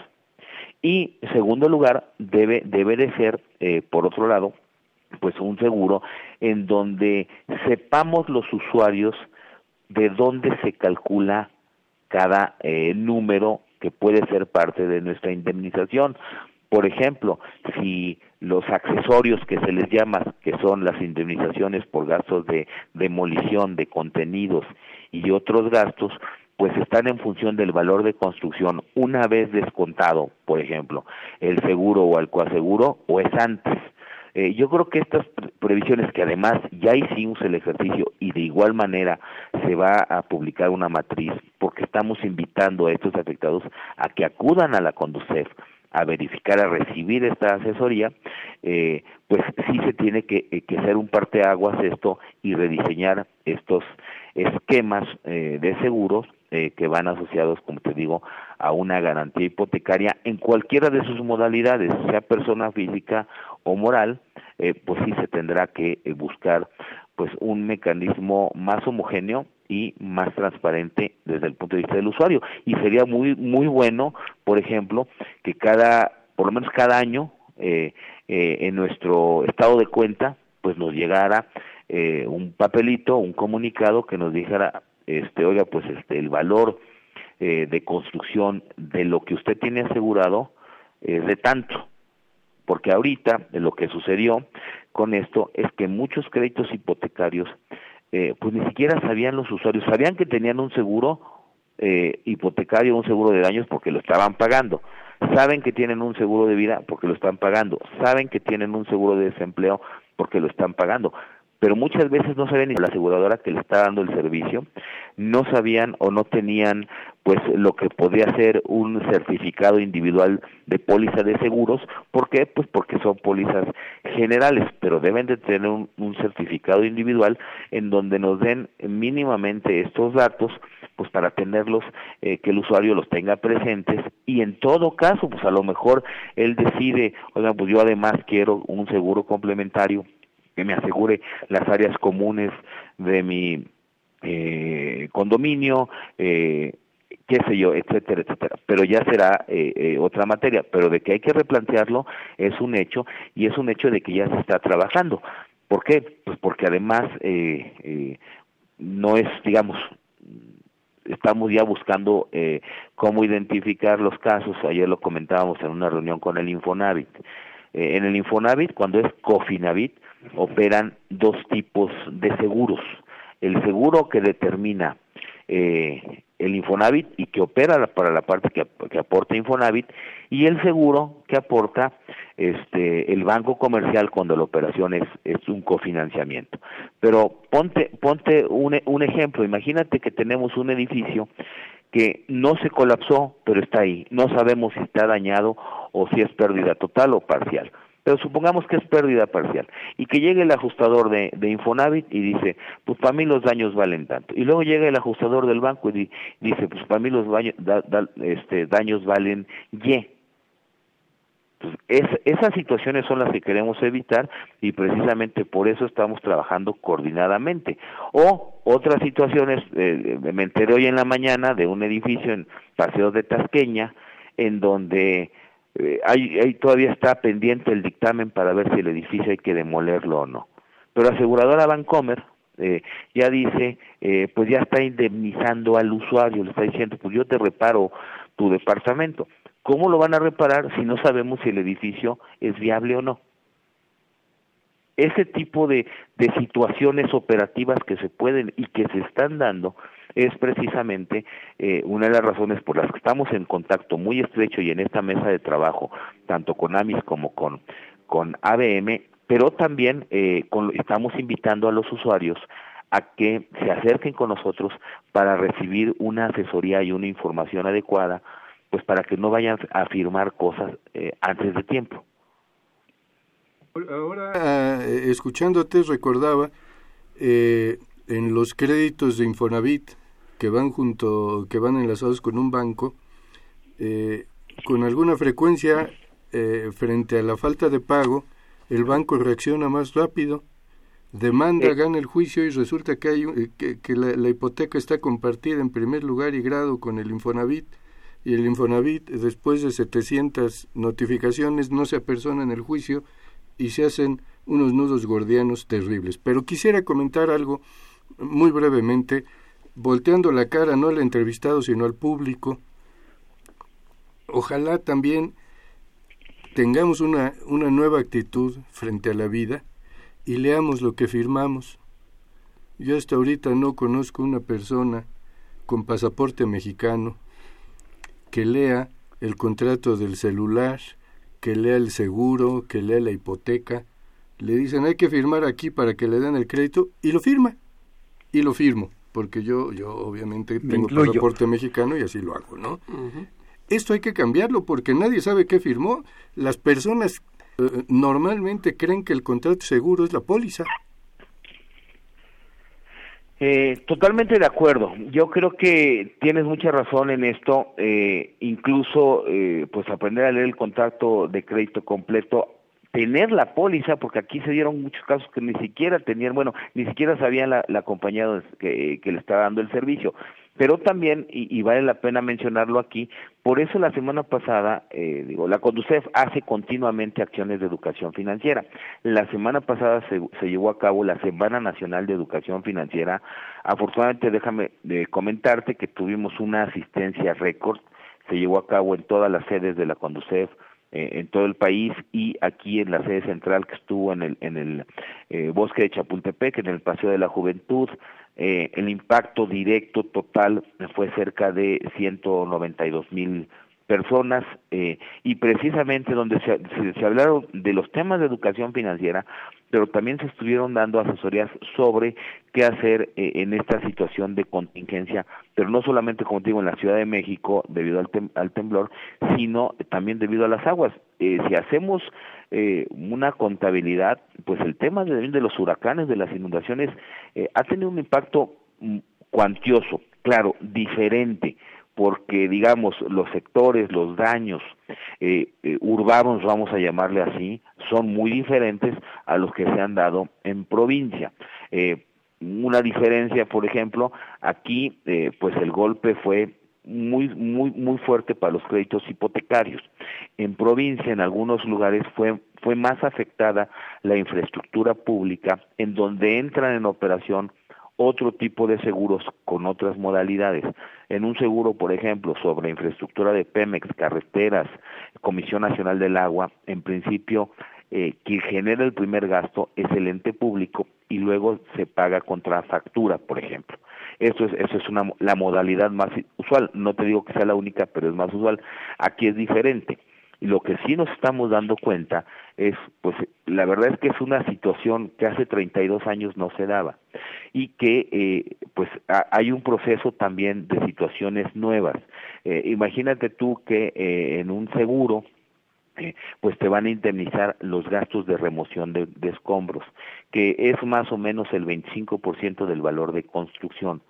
y, en segundo lugar, debe, debe de ser, eh, por otro lado, pues un seguro en donde sepamos los usuarios de dónde se calcula cada eh, número que puede ser parte de nuestra indemnización. Por ejemplo, si los accesorios que se les llama, que son las indemnizaciones por gastos de demolición, de contenidos y otros gastos, pues están en función del valor de construcción una vez descontado, por ejemplo, el seguro o el coaseguro, o es antes. Eh, yo creo que estas previsiones, que además ya hicimos el ejercicio y de igual manera se va a publicar una matriz, porque estamos invitando a estos afectados a que acudan a la Conducef a verificar, a recibir esta asesoría, eh, pues sí se tiene que, eh, que hacer un parteaguas esto y rediseñar estos esquemas eh, de seguros eh, que van asociados, como te digo, a una garantía hipotecaria en cualquiera de sus modalidades, sea persona física o moral, eh, pues sí se tendrá que eh, buscar pues un mecanismo más homogéneo y más transparente desde el punto de vista del usuario. Y sería muy muy bueno, por ejemplo, que cada, por lo menos cada año, eh, eh, en nuestro estado de cuenta, pues nos llegara eh, un papelito, un comunicado que nos dijera, este, oiga, pues este, el valor eh, de construcción de lo que usted tiene asegurado es de tanto. Porque ahorita eh, lo que sucedió con esto es que muchos créditos hipotecarios Eh, pues ni siquiera sabían los usuarios, sabían que tenían un seguro eh, hipotecario, un seguro de daños porque lo estaban pagando, saben que tienen un seguro de vida porque lo están pagando, saben que tienen un seguro de desempleo porque lo están pagando, pero muchas veces no sabían ni la aseguradora que le está dando el servicio, no sabían o no tenían pues lo que podría ser un certificado individual de póliza de seguros. ¿Por qué? Pues porque son pólizas generales, pero deben de tener un, un certificado individual en donde nos den mínimamente estos datos, pues para tenerlos, eh, que el usuario los tenga presentes, y en todo caso, pues a lo mejor él decide, oigan, pues yo además quiero un seguro complementario que me asegure las áreas comunes de mi eh, condominio, eh, qué sé yo, etcétera, etcétera. Pero ya será eh, eh, otra materia. Pero de que hay que replantearlo es un hecho, y es un hecho de que ya se está trabajando. ¿Por qué? Pues porque además eh, eh, no es, digamos, estamos ya buscando eh, cómo identificar los casos. Ayer lo comentábamos en una reunión con el Infonavit. Eh, en el Infonavit, cuando es Cofinavit, operan dos tipos de seguros. El seguro que determina eh, el Infonavit y que opera para la parte que, que aporta Infonavit, y el seguro que aporta este el banco comercial cuando la operación es, es un cofinanciamiento. Pero ponte ponte un, un ejemplo, imagínate que tenemos un edificio que no se colapsó, pero está ahí, no sabemos si está dañado o si es pérdida total o parcial. Pero supongamos que es pérdida parcial, y que llegue el ajustador de, de Infonavit y dice, pues para mí los daños valen tanto, y luego llega el ajustador del banco y di, dice, pues para mí los baño, da, da, este, daños valen Y. Entonces, es, esas situaciones son las que queremos evitar y precisamente por eso estamos trabajando coordinadamente. O otras situaciones, eh, me enteré hoy en la mañana de un edificio en Paseo de Tasqueña, en donde eh, hay, hay todavía está pendiente el dictamen para ver si el edificio hay que demolerlo o no. Pero la aseguradora Bancomer eh, ya dice, eh, pues ya está indemnizando al usuario, le está diciendo, pues yo te reparo tu departamento. ¿Cómo lo van a reparar si no sabemos si el edificio es viable o no? Ese tipo de, de situaciones operativas que se pueden y que se están dando es precisamente eh, una de las razones por las que estamos en contacto muy estrecho y en esta mesa de trabajo, tanto con A M I S como con, con A B M, pero también eh, con, estamos invitando a los usuarios a que se acerquen con nosotros para recibir una asesoría y una información adecuada, pues para que no vayan a firmar cosas eh, antes de tiempo. Ahora, uh, escuchándote, recordaba eh, en los créditos de Infonavit que van junto, que van enlazados con un banco, eh, con alguna frecuencia eh, frente a la falta de pago, el banco reacciona más rápido, demanda, eh. gana el juicio y resulta que hay que, que la, la hipoteca está compartida en primer lugar y grado con el Infonavit, y el Infonavit, después de setecientas notificaciones, no se apersona en el juicio y se hacen unos nudos gordianos terribles. Pero quisiera comentar algo muy brevemente, volteando la cara no al entrevistado sino al público. Ojalá también tengamos una, una nueva actitud frente a la vida y leamos lo que firmamos. Yo hasta ahorita no conozco una persona con pasaporte mexicano que lea el contrato del celular, que lea el seguro, que lea la hipoteca. Le dicen, hay que firmar aquí para que le den el crédito, y lo firma, y lo firmo, porque yo yo obviamente tengo pasaporte mexicano y así lo hago, ¿no? Uh-huh. Esto hay que cambiarlo porque nadie sabe qué firmó. Las personas eh, normalmente creen que el contrato seguro es la póliza. Eh, totalmente de acuerdo. Yo creo que tienes mucha razón en esto. Eh, incluso, eh, pues aprender a leer el contrato de crédito completo, tener la póliza, porque aquí se dieron muchos casos que ni siquiera tenían, bueno, ni siquiera sabían la, la compañía que, que le estaba dando el servicio. Pero también, y, y vale la pena mencionarlo aquí, por eso la semana pasada, eh, digo, la Conducef hace continuamente acciones de educación financiera. La semana pasada se, se llevó a cabo la Semana Nacional de Educación Financiera. Afortunadamente, déjame de comentarte que tuvimos una asistencia récord, se llevó a cabo en todas las sedes de la Conducef, eh, en todo el país, y aquí en la sede central que estuvo en el, en el eh, Bosque de Chapultepec, en el Paseo de la Juventud. Eh, el impacto directo total fue cerca de ciento noventa y dos mil personas, eh, y precisamente donde se, se, se hablaron de los temas de educación financiera, pero también se estuvieron dando asesorías sobre qué hacer eh, en esta situación de contingencia, pero no solamente, como te digo, en la Ciudad de México debido al, tem al temblor, sino también debido a las aguas. Eh, si hacemos eh, una contabilidad, pues el tema de, de los huracanes, de las inundaciones, eh, ha tenido un impacto mm, cuantioso, claro, diferente, porque, digamos, los sectores, los daños eh, eh, urbanos, vamos a llamarle así, son muy diferentes a los que se han dado en provincia. Eh, una diferencia, por ejemplo, aquí, eh, pues el golpe fue muy, muy, muy fuerte para los créditos hipotecarios. En provincia, en algunos lugares, fue fue más afectada la infraestructura pública, en donde entran en operación otro tipo de seguros con otras modalidades. En un seguro, por ejemplo, sobre infraestructura de Pemex, carreteras, Comisión Nacional del Agua, en principio, eh, quien genera el primer gasto es el ente público y luego se paga contra factura, por ejemplo. Eso es, eso es una, la modalidad más usual. No te digo que sea la única, pero es más usual. Aquí es diferente. Y lo que sí nos estamos dando cuenta es, pues, la verdad es que es una situación que hace treinta y dos años no se daba y que, eh, pues, a, hay un proceso también de situaciones nuevas. Eh, imagínate tú que eh, en un seguro, eh, pues, te van a indemnizar los gastos de remoción de, de escombros, que es más o menos el veinticinco por ciento del valor de construcción,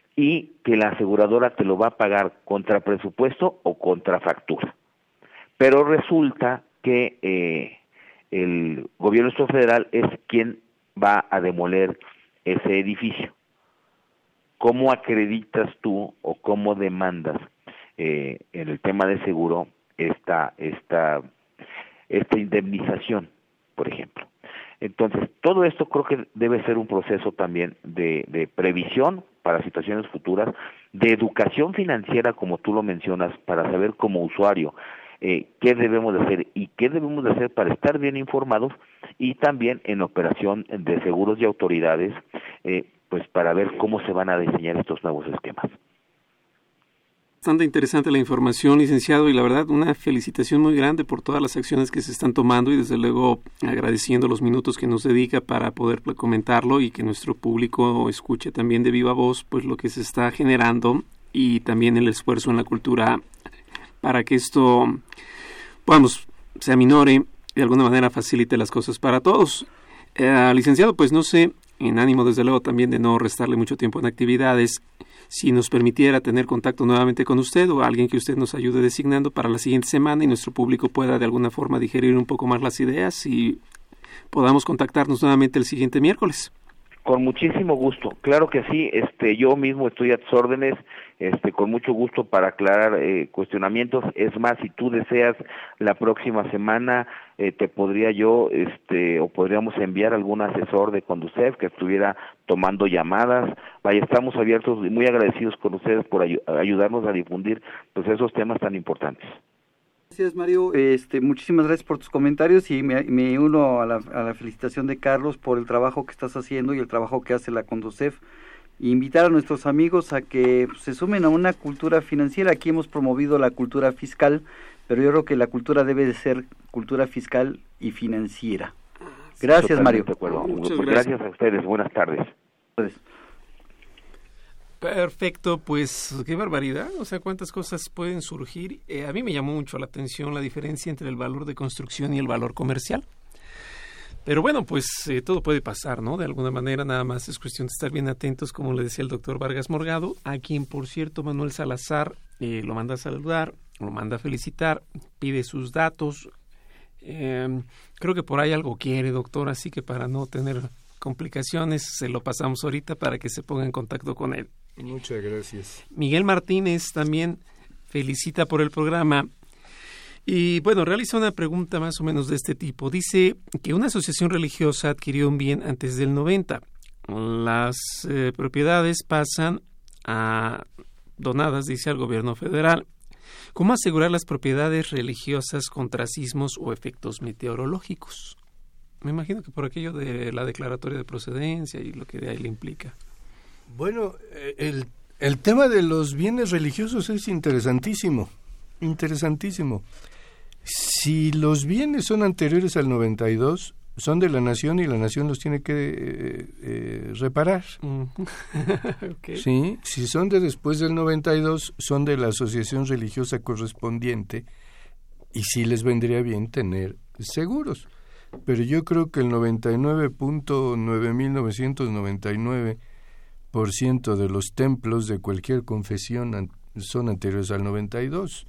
y que la aseguradora te lo va a pagar contra presupuesto o contra factura. Pero resulta que eh, el gobierno federal es quien va a demoler ese edificio. ¿Cómo acreditas tú o cómo demandas eh, en el tema de seguro esta, esta, esta indemnización, por ejemplo? Entonces, todo esto creo que debe ser un proceso también de, de previsión para situaciones futuras, de educación financiera, como tú lo mencionas, para saber como usuario eh, qué debemos de hacer y qué debemos de hacer para estar bien informados, y también en operación de seguros y autoridades, eh, pues para ver cómo se van a diseñar estos nuevos esquemas. Bastante interesante la información, licenciado, y la verdad una felicitación muy grande por todas las acciones que se están tomando y desde luego agradeciendo los minutos que nos dedica para poder comentarlo y que nuestro público escuche también de viva voz pues lo que se está generando y también el esfuerzo en la cultura para que esto, vamos, se aminore y de alguna manera facilite las cosas para todos. Eh, licenciado, pues no sé, en ánimo desde luego también de no restarle mucho tiempo en actividades, si nos permitiera tener contacto nuevamente con usted o alguien que usted nos ayude designando para la siguiente semana y nuestro público pueda de alguna forma digerir un poco más las ideas y podamos contactarnos nuevamente el siguiente miércoles. Con muchísimo gusto, claro que sí, este, yo mismo estoy a tus órdenes, este, con mucho gusto para aclarar eh, cuestionamientos. Es más, si tú deseas, la próxima semana eh, te podría yo, este, o podríamos enviar algún asesor de Conducef que estuviera tomando llamadas. Vaya, estamos abiertos y muy agradecidos con ustedes por ay- ayudarnos a difundir pues esos temas tan importantes. Gracias, Mario. Este, muchísimas gracias por tus comentarios y me, me uno a la, a la felicitación de Carlos por el trabajo que estás haciendo y el trabajo que hace la Conducef. E invitar a nuestros amigos a que pues, se sumen a una cultura financiera. Aquí hemos promovido la cultura fiscal, pero yo creo que la cultura debe de ser cultura fiscal y financiera. Gracias, Totalmente Mario. De acuerdo. Muchas gracias. gracias a ustedes. Buenas tardes. Perfecto, pues qué barbaridad, o sea, cuántas cosas pueden surgir. Eh, a mí me llamó mucho la atención la diferencia entre el valor de construcción y el valor comercial. Pero bueno, pues eh, todo puede pasar, ¿no? De alguna manera, nada más es cuestión de estar bien atentos, como le decía el doctor Vargas Morgado, a quien, por cierto, Manuel Salazar eh, lo manda a saludar, lo manda a felicitar, pide sus datos. Eh, creo que por ahí algo quiere, doctor, así que para no tener complicaciones, se lo pasamos ahorita para que se ponga en contacto con él. Muchas gracias. Miguel Martínez también felicita por el programa y, bueno, realiza una pregunta más o menos de este tipo. Dice que una asociación religiosa adquirió un bien antes del noventa. Las eh, propiedades pasan a donadas, dice, al gobierno federal. ¿Cómo asegurar las propiedades religiosas contra sismos o efectos meteorológicos? Me imagino que por aquello de la declaratoria de procedencia y lo que de ahí le implica. Bueno, el, el tema de los bienes religiosos es interesantísimo, interesantísimo. Si los bienes son anteriores al noventa y dos, son de la nación y la nación los tiene que eh, eh, reparar. Mm. Okay. Sí, si son de después del noventa y dos, son de la asociación religiosa correspondiente y sí les vendría bien tener seguros. Pero yo creo que el noventa y nueve punto nueve mil novecientos noventa y nueve por ciento de los templos de cualquier confesión an- son anteriores al noventa y dos.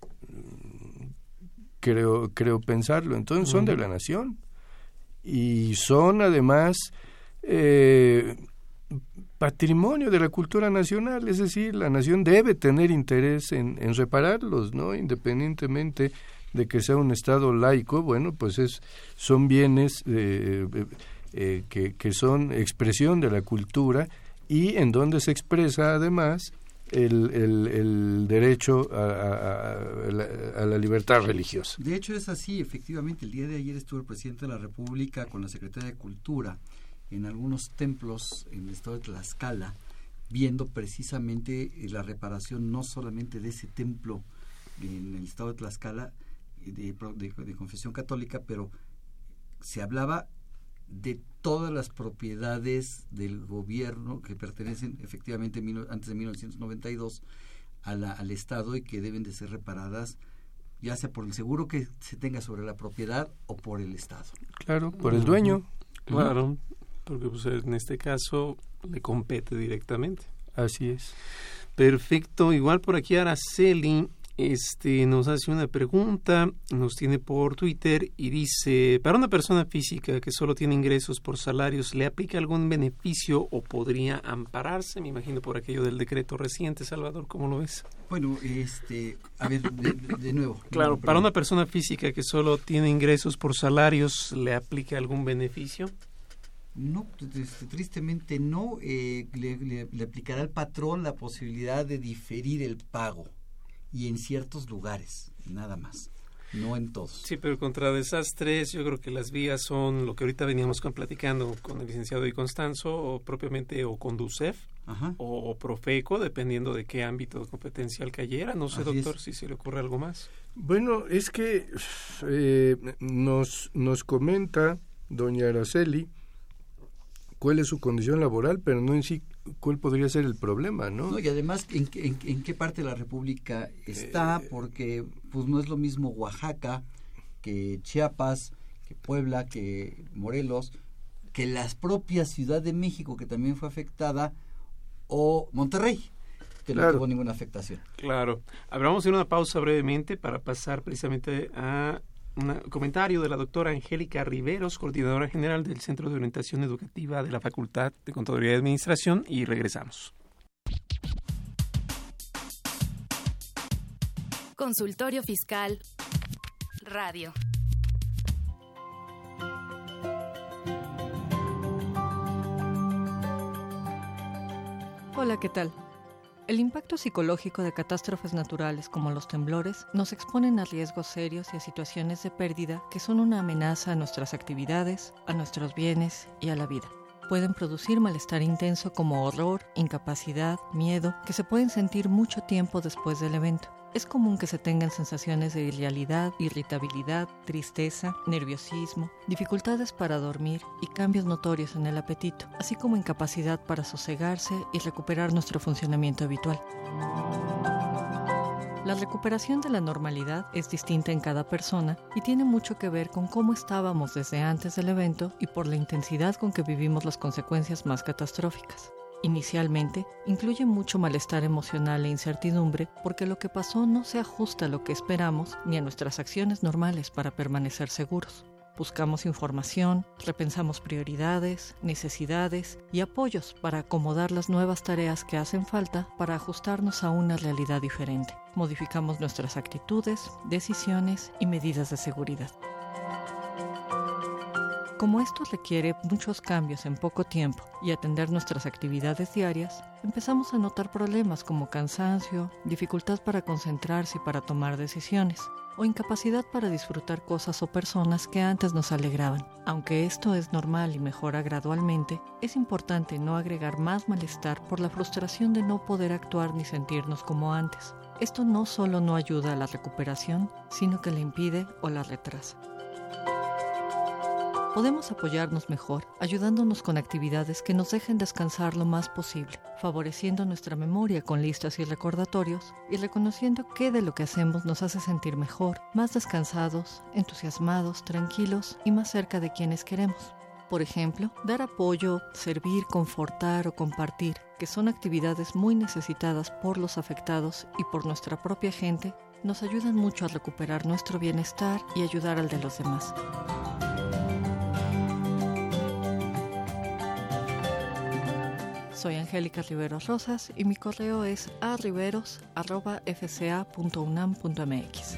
Creo, creo pensarlo. Entonces son de la nación. Y son además eh, patrimonio de la cultura nacional. Es decir, la nación debe tener interés en, en repararlos, ¿no? Independientemente de que sea un Estado laico, bueno, pues es son bienes eh, eh, que, que son expresión de la cultura y en donde se expresa además el, el, el derecho a, a, a, la, a la libertad religiosa. De hecho es así, efectivamente, el día de ayer estuvo el presidente de la República con la Secretaría de Cultura en algunos templos en el estado de Tlaxcala, viendo precisamente la reparación no solamente de ese templo en el estado de Tlaxcala, de, de, de confesión católica, pero se hablaba de todas las propiedades del gobierno que pertenecen efectivamente antes de mil novecientos noventa y dos a la, al Estado y que deben de ser reparadas ya sea por el seguro que se tenga sobre la propiedad o por el Estado. Claro, por el dueño. Claro, porque pues, en este caso le compete directamente. Así es. Perfecto, igual por aquí Araceli este nos hace una pregunta, nos tiene por Twitter y dice, para una persona física que solo tiene ingresos por salarios, ¿le aplica algún beneficio o podría ampararse? Me imagino por aquello del decreto reciente. Salvador, ¿cómo lo ves? Bueno, este, a ver, de, de, de nuevo. Claro, no, para una persona física que solo tiene ingresos por salarios, ¿le aplica algún beneficio? No, tristemente no. Eh, le, le, le aplicará al patrón la posibilidad de diferir el pago. Y en ciertos lugares, nada más, no en todos. Sí, pero contra desastres yo creo que las vías son lo que ahorita veníamos con, platicando con el licenciado Di Constanzo, o propiamente o Conducef, Ajá. o Profeco, dependiendo de qué ámbito competencial cayera. No sé, Así doctor, es. si se le ocurre algo más. Bueno, es que eh, nos, nos comenta doña Araceli cuál es su condición laboral, pero no en sí cuál podría ser el problema, ¿no? No, y además, ¿en, en, en qué parte de la República está? Eh, Porque pues no es lo mismo Oaxaca que Chiapas, que Puebla, que Morelos, que la propia Ciudad de México, que también fue afectada, o Monterrey, que Claro. no tuvo ninguna afectación. Claro. A ver, vamos a hacer una pausa brevemente para pasar precisamente a un comentario de la doctora Angélica Riveros, coordinadora general del Centro de Orientación Educativa de la Facultad de Contaduría y Administración, y regresamos. Consultorio Fiscal Radio. Hola, ¿qué tal? El impacto psicológico de catástrofes naturales como los temblores nos exponen a riesgos serios y a situaciones de pérdida que son una amenaza a nuestras actividades, a nuestros bienes y a la vida. Pueden producir malestar intenso como horror, incapacidad, miedo, que se pueden sentir mucho tiempo después del evento. Es común que se tengan sensaciones de irrealidad, irritabilidad, tristeza, nerviosismo, dificultades para dormir y cambios notorios en el apetito, así como incapacidad para sosegarse y recuperar nuestro funcionamiento habitual. La recuperación de la normalidad es distinta en cada persona y tiene mucho que ver con cómo estábamos desde antes del evento y por la intensidad con que vivimos las consecuencias más catastróficas. Inicialmente, incluye mucho malestar emocional e incertidumbre porque lo que pasó no se ajusta a lo que esperamos ni a nuestras acciones normales para permanecer seguros. Buscamos información, repensamos prioridades, necesidades y apoyos para acomodar las nuevas tareas que hacen falta para ajustarnos a una realidad diferente. Modificamos nuestras actitudes, decisiones y medidas de seguridad. Como esto requiere muchos cambios en poco tiempo y atender nuestras actividades diarias, empezamos a notar problemas como cansancio, dificultad para concentrarse y para tomar decisiones, o incapacidad para disfrutar cosas o personas que antes nos alegraban. Aunque esto es normal y mejora gradualmente, es importante no agregar más malestar por la frustración de no poder actuar ni sentirnos como antes. Esto no solo no ayuda a la recuperación, sino que la impide o la retrasa. Podemos apoyarnos mejor, ayudándonos con actividades que nos dejen descansar lo más posible, favoreciendo nuestra memoria con listas y recordatorios y reconociendo qué de lo que hacemos nos hace sentir mejor, más descansados, entusiasmados, tranquilos y más cerca de quienes queremos. Por ejemplo, dar apoyo, servir, confortar o compartir, que son actividades muy necesitadas por los afectados y por nuestra propia gente, nos ayudan mucho a recuperar nuestro bienestar y ayudar al de los demás. Soy Angélica Riveros Rosas y mi correo es a riveros arroba f c a punto u n a m punto m x.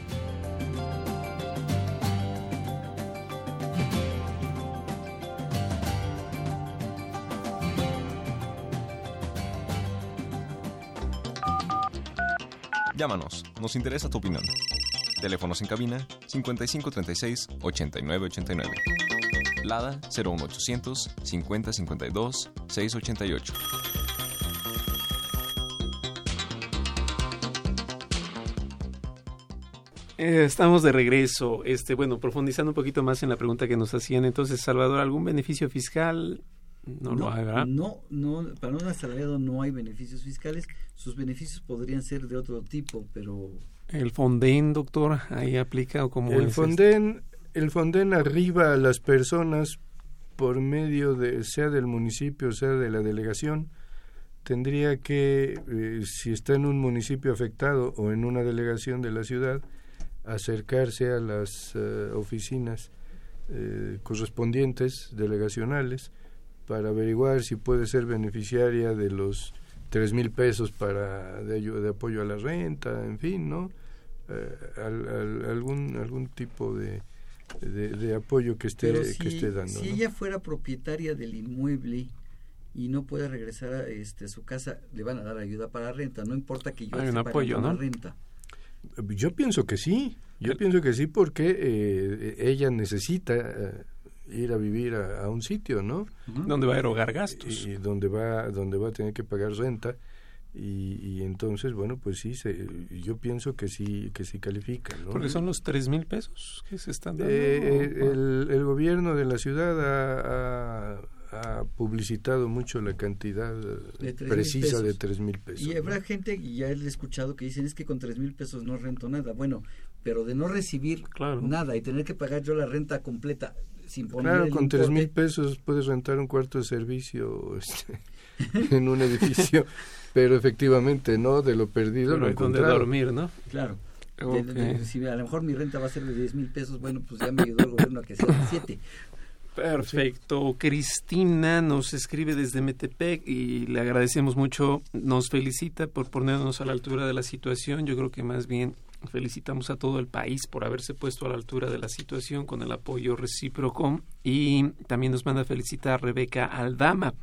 Llámanos, nos interesa tu opinión. Teléfonos en cabina cincuenta y cinco treinta y seis ochenta y nueve ochenta y nueve. Lada cero uno ochocientos cincuenta cincuenta y dos seiscientos ochenta y ocho. Eh, estamos de regreso. Este, bueno, profundizando un poquito más en la pregunta que nos hacían. Entonces, Salvador, ¿algún beneficio fiscal? No, No, lo hay, ¿verdad? no, no, para un asalariado no hay beneficios fiscales. Sus beneficios podrían ser de otro tipo, pero... ¿El Fonden, doctor, ahí aplica o cómo El es? Fonden, el Fonden arriba a las personas por medio de, sea del municipio, sea de la delegación, tendría que, eh, si está en un municipio afectado o en una delegación de la ciudad, acercarse a las uh, oficinas eh, correspondientes, delegacionales, para averiguar si puede ser beneficiaria de los tres mil pesos para de, de apoyo a la renta, en fin, ¿no? Eh, al, al, algún algún tipo de, de, de apoyo que esté Pero si, que esté dando. Si ¿no? ella fuera propietaria del inmueble y no puede regresar a este, su casa, le van a dar ayuda para renta, no importa que yo Hay esté un apoyo, pagando ¿no? la renta. Yo pienso que sí, yo pienso que sí porque eh, ella necesita eh, ir a vivir a, a un sitio, ¿no? Uh-huh. Donde va a erogar gastos. Y, y donde va donde va a tener que pagar renta y, y entonces, bueno, pues sí, se, yo pienso que sí que sí califica, ¿no? Porque son los tres mil pesos que se están dando. Eh, el, el gobierno de la ciudad ha, ha, ha publicitado mucho la cantidad precisa de tres mil pesos. Y habrá ¿no? gente, y ya he escuchado, que dicen es que con tres mil pesos no rento nada. Bueno, pero de no recibir claro. nada y tener que pagar yo la renta completa sin poner Claro, el con importe, tres mil pesos puedes rentar un cuarto de servicio este, en un edificio, pero efectivamente no, de lo perdido no hay donde dormir, ¿no? Claro. Okay. De, de, de, si a lo mejor mi renta va a ser de diez mil pesos, bueno, pues ya me ayudó el gobierno a que sea de siete. Perfecto. Cristina nos escribe desde Metepec y le agradecemos mucho, nos felicita por ponernos a la altura de la situación. Yo creo que más bien felicitamos a todo el país por haberse puesto a la altura de la situación con el apoyo recíproco, y también nos manda a felicitar a Rebeca Aldama.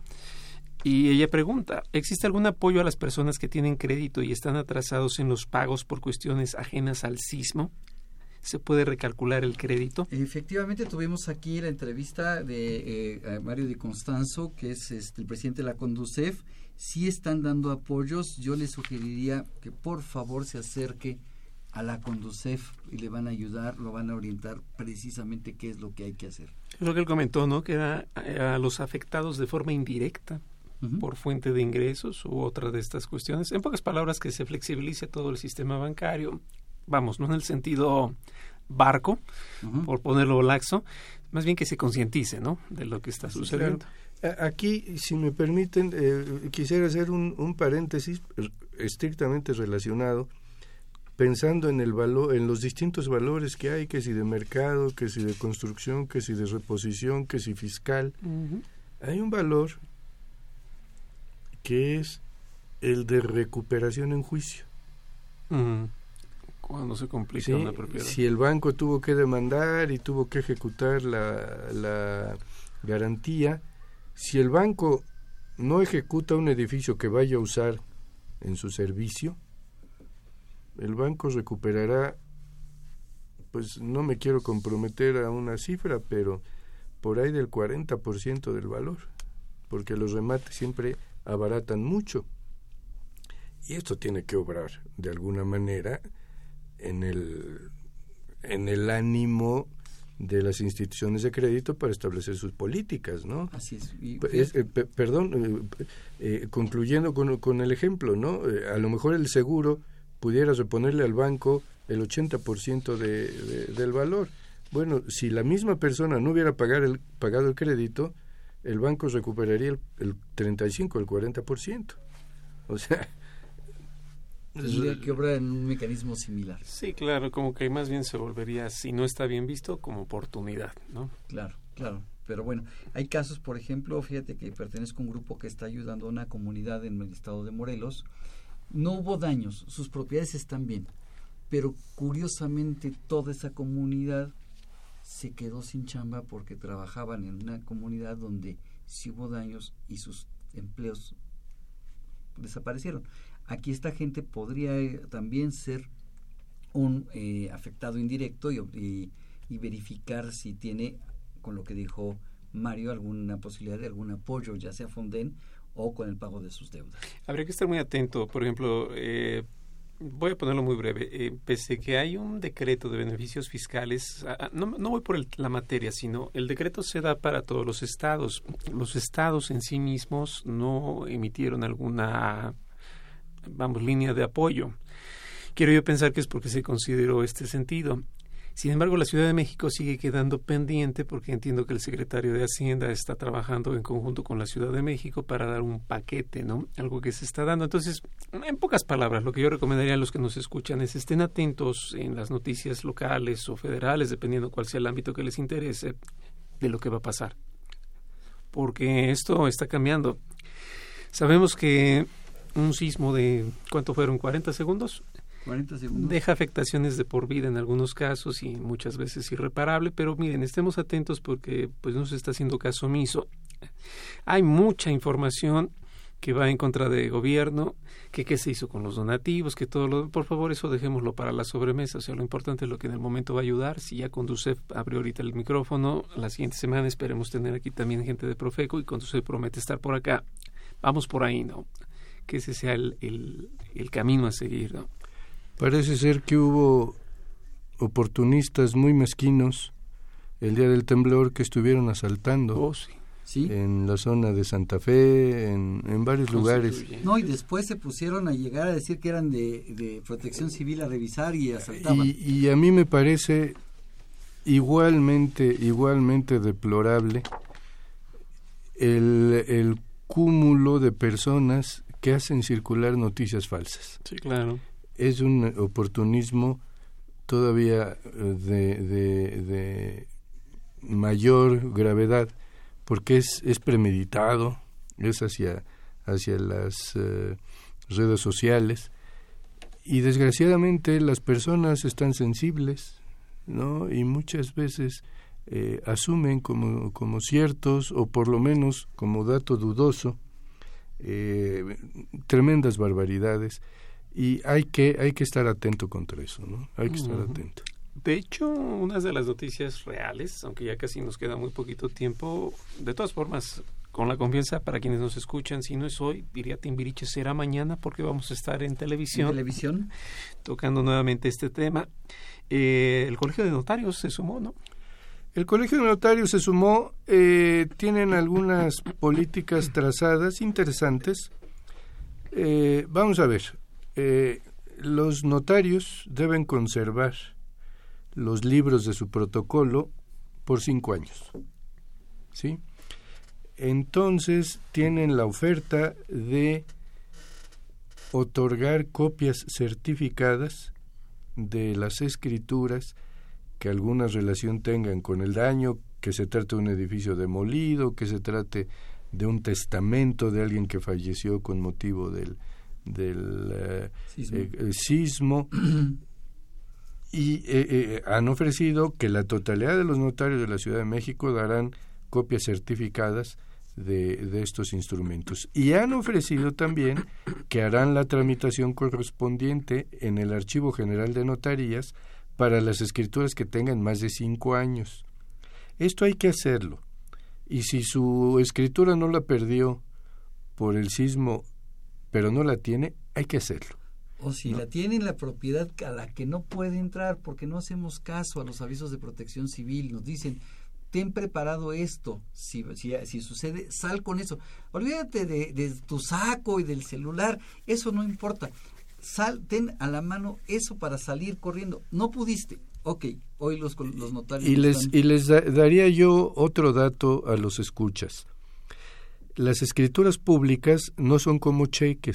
Y ella pregunta, ¿existe algún apoyo a las personas que tienen crédito y están atrasados en los pagos por cuestiones ajenas al sismo? ¿Se puede recalcular el crédito? Efectivamente, tuvimos aquí la entrevista de eh, Mario Di Constanzo, que es este, el presidente de la Conducef. Sí están dando apoyos. Yo le sugeriría que por favor se acerque a la Conducef y le van a ayudar, lo van a orientar precisamente qué es lo que hay que hacer. Es lo que él comentó, ¿no? Que era a los afectados de forma indirecta, uh-huh, por fuente de ingresos u otra de estas cuestiones. En pocas palabras, que se flexibilice todo el sistema bancario. Vamos, no en el sentido barco, uh-huh, por ponerlo laxo, más bien que se concientice, ¿no?, de lo que está sucediendo. Claro. Aquí, si me permiten, eh, quisiera hacer un, un paréntesis estrictamente relacionado, pensando en el valor, en los distintos valores que hay, que si de mercado, que si de construcción, que si de reposición, que si fiscal. Uh-huh. Hay un valor que es el de recuperación en juicio. Uh-huh. Cuando se complica sí, una propiedad. Si el banco tuvo que demandar y tuvo que ejecutar la, la garantía, si el banco no ejecuta un edificio que vaya a usar en su servicio, el banco recuperará, pues no me quiero comprometer a una cifra, pero por ahí del cuarenta por ciento del valor, porque los remates siempre abaratan mucho. Y esto tiene que obrar de alguna manera en el en el ánimo de las instituciones de crédito para establecer sus políticas, ¿no? Así es. Y, es eh, p- perdón, eh, eh, concluyendo con, con el ejemplo, ¿no? Eh, a lo mejor el seguro pudiera reponerle al banco el ochenta por ciento de, de, del valor. Bueno, si la misma persona no hubiera pagar el, pagado el crédito, el banco recuperaría el, el treinta y cinco, el cuarenta por ciento. O sea, tendría que obrar en un mecanismo similar. Sí, claro, como que más bien se volvería, si no está bien visto, como oportunidad, ¿no? Claro, claro. Pero bueno, hay casos, por ejemplo, fíjate que pertenezco a un grupo que está ayudando a una comunidad en el estado de Morelos. No hubo daños, sus propiedades están bien, pero curiosamente toda esa comunidad se quedó sin chamba porque trabajaban en una comunidad donde sí hubo daños y sus empleos desaparecieron. Aquí esta gente podría eh, también ser un eh, afectado indirecto y, y, y verificar si tiene, con lo que dijo Mario, alguna posibilidad de algún apoyo, ya sea Fonden o con el pago de sus deudas. Habría que estar muy atento. Por ejemplo, eh, voy a ponerlo muy breve. Eh, pese que hay un decreto de beneficios fiscales, a, no, no voy por el, la materia, sino el decreto se da para todos los estados. Los estados en sí mismos no emitieron alguna, vamos, línea de apoyo. Quiero yo pensar que es porque se consideró este sentido. Sin embargo, la Ciudad de México sigue quedando pendiente porque entiendo que el secretario de Hacienda está trabajando en conjunto con la Ciudad de México para dar un paquete, ¿no? Algo que se está dando. Entonces, en pocas palabras, lo que yo recomendaría a los que nos escuchan es estén atentos en las noticias locales o federales, dependiendo cuál sea el ámbito que les interese, de lo que va a pasar. Porque esto está cambiando. Sabemos que un sismo de, ¿cuánto fueron? ¿cuarenta segundos? cuarenta segundos. Deja afectaciones de por vida en algunos casos y muchas veces irreparable, pero miren, estemos atentos porque pues no se está haciendo caso omiso. Hay mucha información que va en contra del gobierno, que qué se hizo con los donativos, que todo lo... Por favor, eso dejémoslo para la sobremesa, o sea, lo importante es lo que en el momento va a ayudar. Si ya Conducef abrió ahorita el micrófono, la siguiente semana esperemos tener aquí también gente de Profeco y Conducef promete estar por acá. Vamos por ahí, ¿no? Que ese sea el, el, el camino a seguir, ¿no? Parece ser que hubo oportunistas muy mezquinos el día del temblor que estuvieron asaltando oh, sí. ¿Sí? en la zona de Santa Fe, en, en varios lugares. No, y después se pusieron a llegar a decir que eran de, de Protección Civil a revisar y asaltaban. Y, y a mí me parece igualmente, igualmente deplorable el, el cúmulo de personas que hacen circular noticias falsas. Sí, claro. Es un oportunismo todavía de, de, de mayor gravedad, porque es, es premeditado, es hacia, hacia las uh, redes sociales, y desgraciadamente las personas están sensibles, ¿no? Y muchas veces eh, asumen como, como ciertos, o por lo menos como dato dudoso, eh, tremendas barbaridades. Y hay que hay que estar atento contra eso, ¿no? Hay que estar uh-huh. atento. De hecho, una de las noticias reales, aunque ya casi nos queda muy poquito tiempo, de todas formas, con la confianza para quienes nos escuchan, si no es hoy, diría Timbiriche, será mañana porque vamos a estar en televisión. ¿En televisión? Tocando nuevamente este tema. Eh, el Colegio de Notarios se sumó, ¿no? El Colegio de Notarios se sumó, eh, tienen algunas políticas trazadas interesantes. Eh, vamos a ver. Eh, los notarios deben conservar los libros de su protocolo por cinco años, ¿sí? Entonces tienen la oferta de otorgar copias certificadas de las escrituras que alguna relación tengan con el daño, que se trate de un edificio demolido, que se trate de un testamento de alguien que falleció con motivo del del eh, sismo, eh, eh, sismo. y eh, eh, han ofrecido que la totalidad de los notarios de la Ciudad de México darán copias certificadas de, de estos instrumentos, y han ofrecido también que harán la tramitación correspondiente en el Archivo General de Notarías para las escrituras que tengan más de cinco años. Esto hay que hacerlo, y si su escritura no la perdió por el sismo pero no la tiene, hay que hacerlo. O si ¿no? la tiene en la propiedad a la que no puede entrar porque no hacemos caso a los avisos de Protección Civil, nos dicen, ten preparado esto, si, si, si sucede, sal con eso. Olvídate de, de tu saco y del celular, eso no importa. Sal, ten a la mano eso para salir corriendo. No pudiste, ok, hoy los, los notarios... Y les, están... y les da, daría yo otro dato a los escuchas. Las escrituras públicas no son como cheques,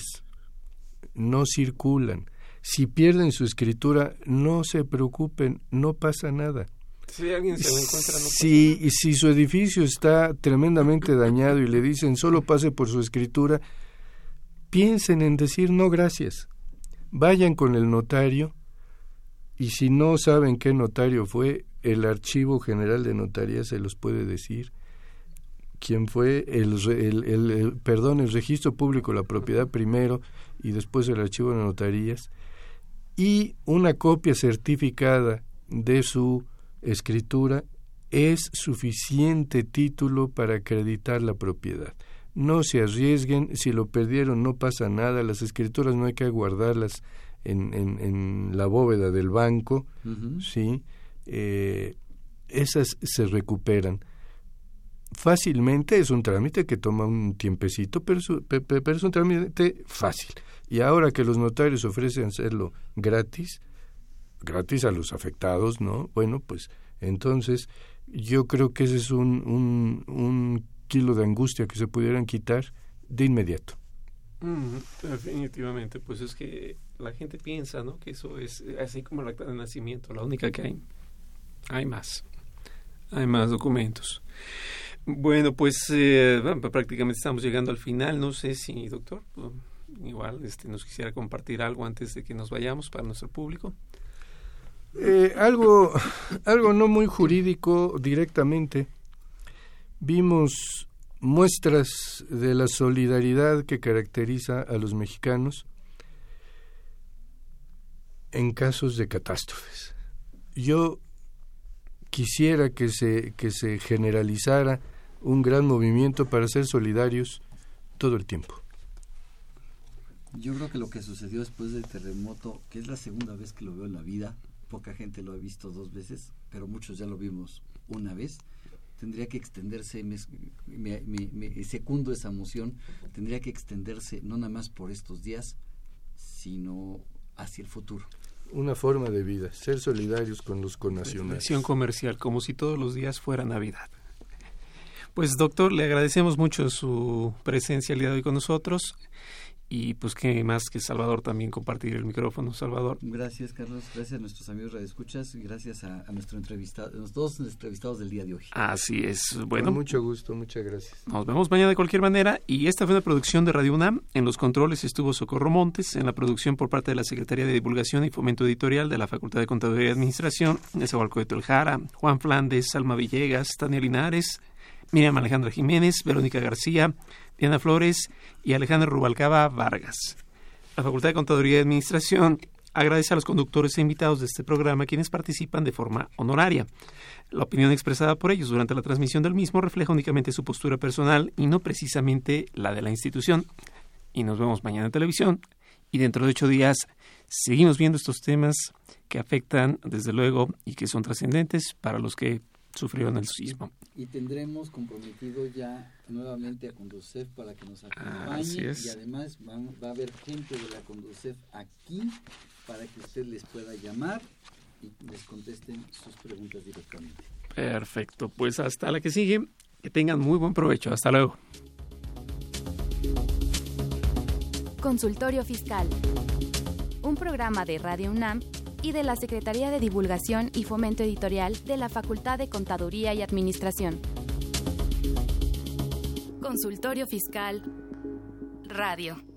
no circulan. Si pierden su escritura, no se preocupen, no pasa nada. Si alguien se lo encuentra, no pasa si, nada. Si su edificio está tremendamente dañado y le dicen solo pase por su escritura, piensen en decir no gracias. Vayan con el notario, y si no saben qué notario fue, el Archivo General de Notarías se los puede decir. Quién fue el, el, el, el perdón el registro público de la propiedad primero y después el archivo de notarías, y una copia certificada de su escritura es suficiente título para acreditar la propiedad. No se arriesguen, si lo perdieron no pasa nada, las escrituras no hay que guardarlas en, en, en la bóveda del banco, uh-huh. ¿sí? Eh, esas se recuperan fácilmente. Es un trámite que toma un tiempecito, pero, su, pero es un trámite fácil. Y ahora que los notarios ofrecen hacerlo gratis, gratis a los afectados, ¿no? Bueno, pues entonces yo creo que ese es un, un, un kilo de angustia que se pudieran quitar de inmediato. Mm, definitivamente, pues es que la gente piensa, ¿no?, que eso es así como el acta de nacimiento, la única que hay. Hay más, hay más documentos. Bueno, pues eh, prácticamente estamos llegando al final. No sé si, doctor, pues, igual este, nos quisiera compartir algo antes de que nos vayamos para nuestro público. Eh, algo, algo no muy jurídico directamente. Vimos muestras de la solidaridad que caracteriza a los mexicanos en casos de catástrofes. Yo quisiera que se, que se generalizara un gran movimiento para ser solidarios todo el tiempo. Yo creo que lo que sucedió después del terremoto, que es la segunda vez que lo veo en la vida, poca gente lo ha visto dos veces, pero muchos ya lo vimos una vez, tendría que extenderse, me, me, me, me secundo esa moción, tendría que extenderse no nada más por estos días, sino hacia el futuro. Una forma de vida, ser solidarios con los connacionales. Acción comercial, como si todos los días fuera Navidad. Pues doctor, le agradecemos mucho su presencia el día de hoy con nosotros. Y pues qué más que Salvador también compartir el micrófono. Salvador. Gracias, Carlos, gracias a nuestros amigos radioescuchas y gracias a, a nuestro entrevistado, a los dos entrevistados del día de hoy. Así es. Bueno, con mucho gusto, muchas gracias. Nos vemos mañana de cualquier manera. Y esta fue una producción de Radio UNAM. En los controles estuvo Socorro Montes, en la producción por parte de la Secretaría de Divulgación y Fomento Editorial de la Facultad de Contaduría y Administración, Nezahualcóyotl Jara, Juan Flandes, Alma Villegas, Tania Linares, Miriam Alejandra Jiménez, Verónica García, Diana Flores y Alejandra Rubalcaba Vargas. La Facultad de Contaduría y Administración agradece a los conductores e invitados de este programa quienes participan de forma honoraria. La opinión expresada por ellos durante la transmisión del mismo refleja únicamente su postura personal y no precisamente la de la institución. Y nos vemos mañana en televisión y dentro de ocho días seguimos viendo estos temas que afectan desde luego y que son trascendentes para los que sufrieron el sismo. Y tendremos comprometido ya nuevamente a Conducef para que nos acompañe. Así es. Y además va, va a haber gente de la Conducef aquí para que usted les pueda llamar y les contesten sus preguntas directamente. Perfecto, pues hasta la que sigue, que tengan muy buen provecho. Hasta luego. Consultorio Fiscal, un programa de Radio UNAM y de la Secretaría de Divulgación y Fomento Editorial de la Facultad de Contaduría y Administración. Consultorio Fiscal Radio.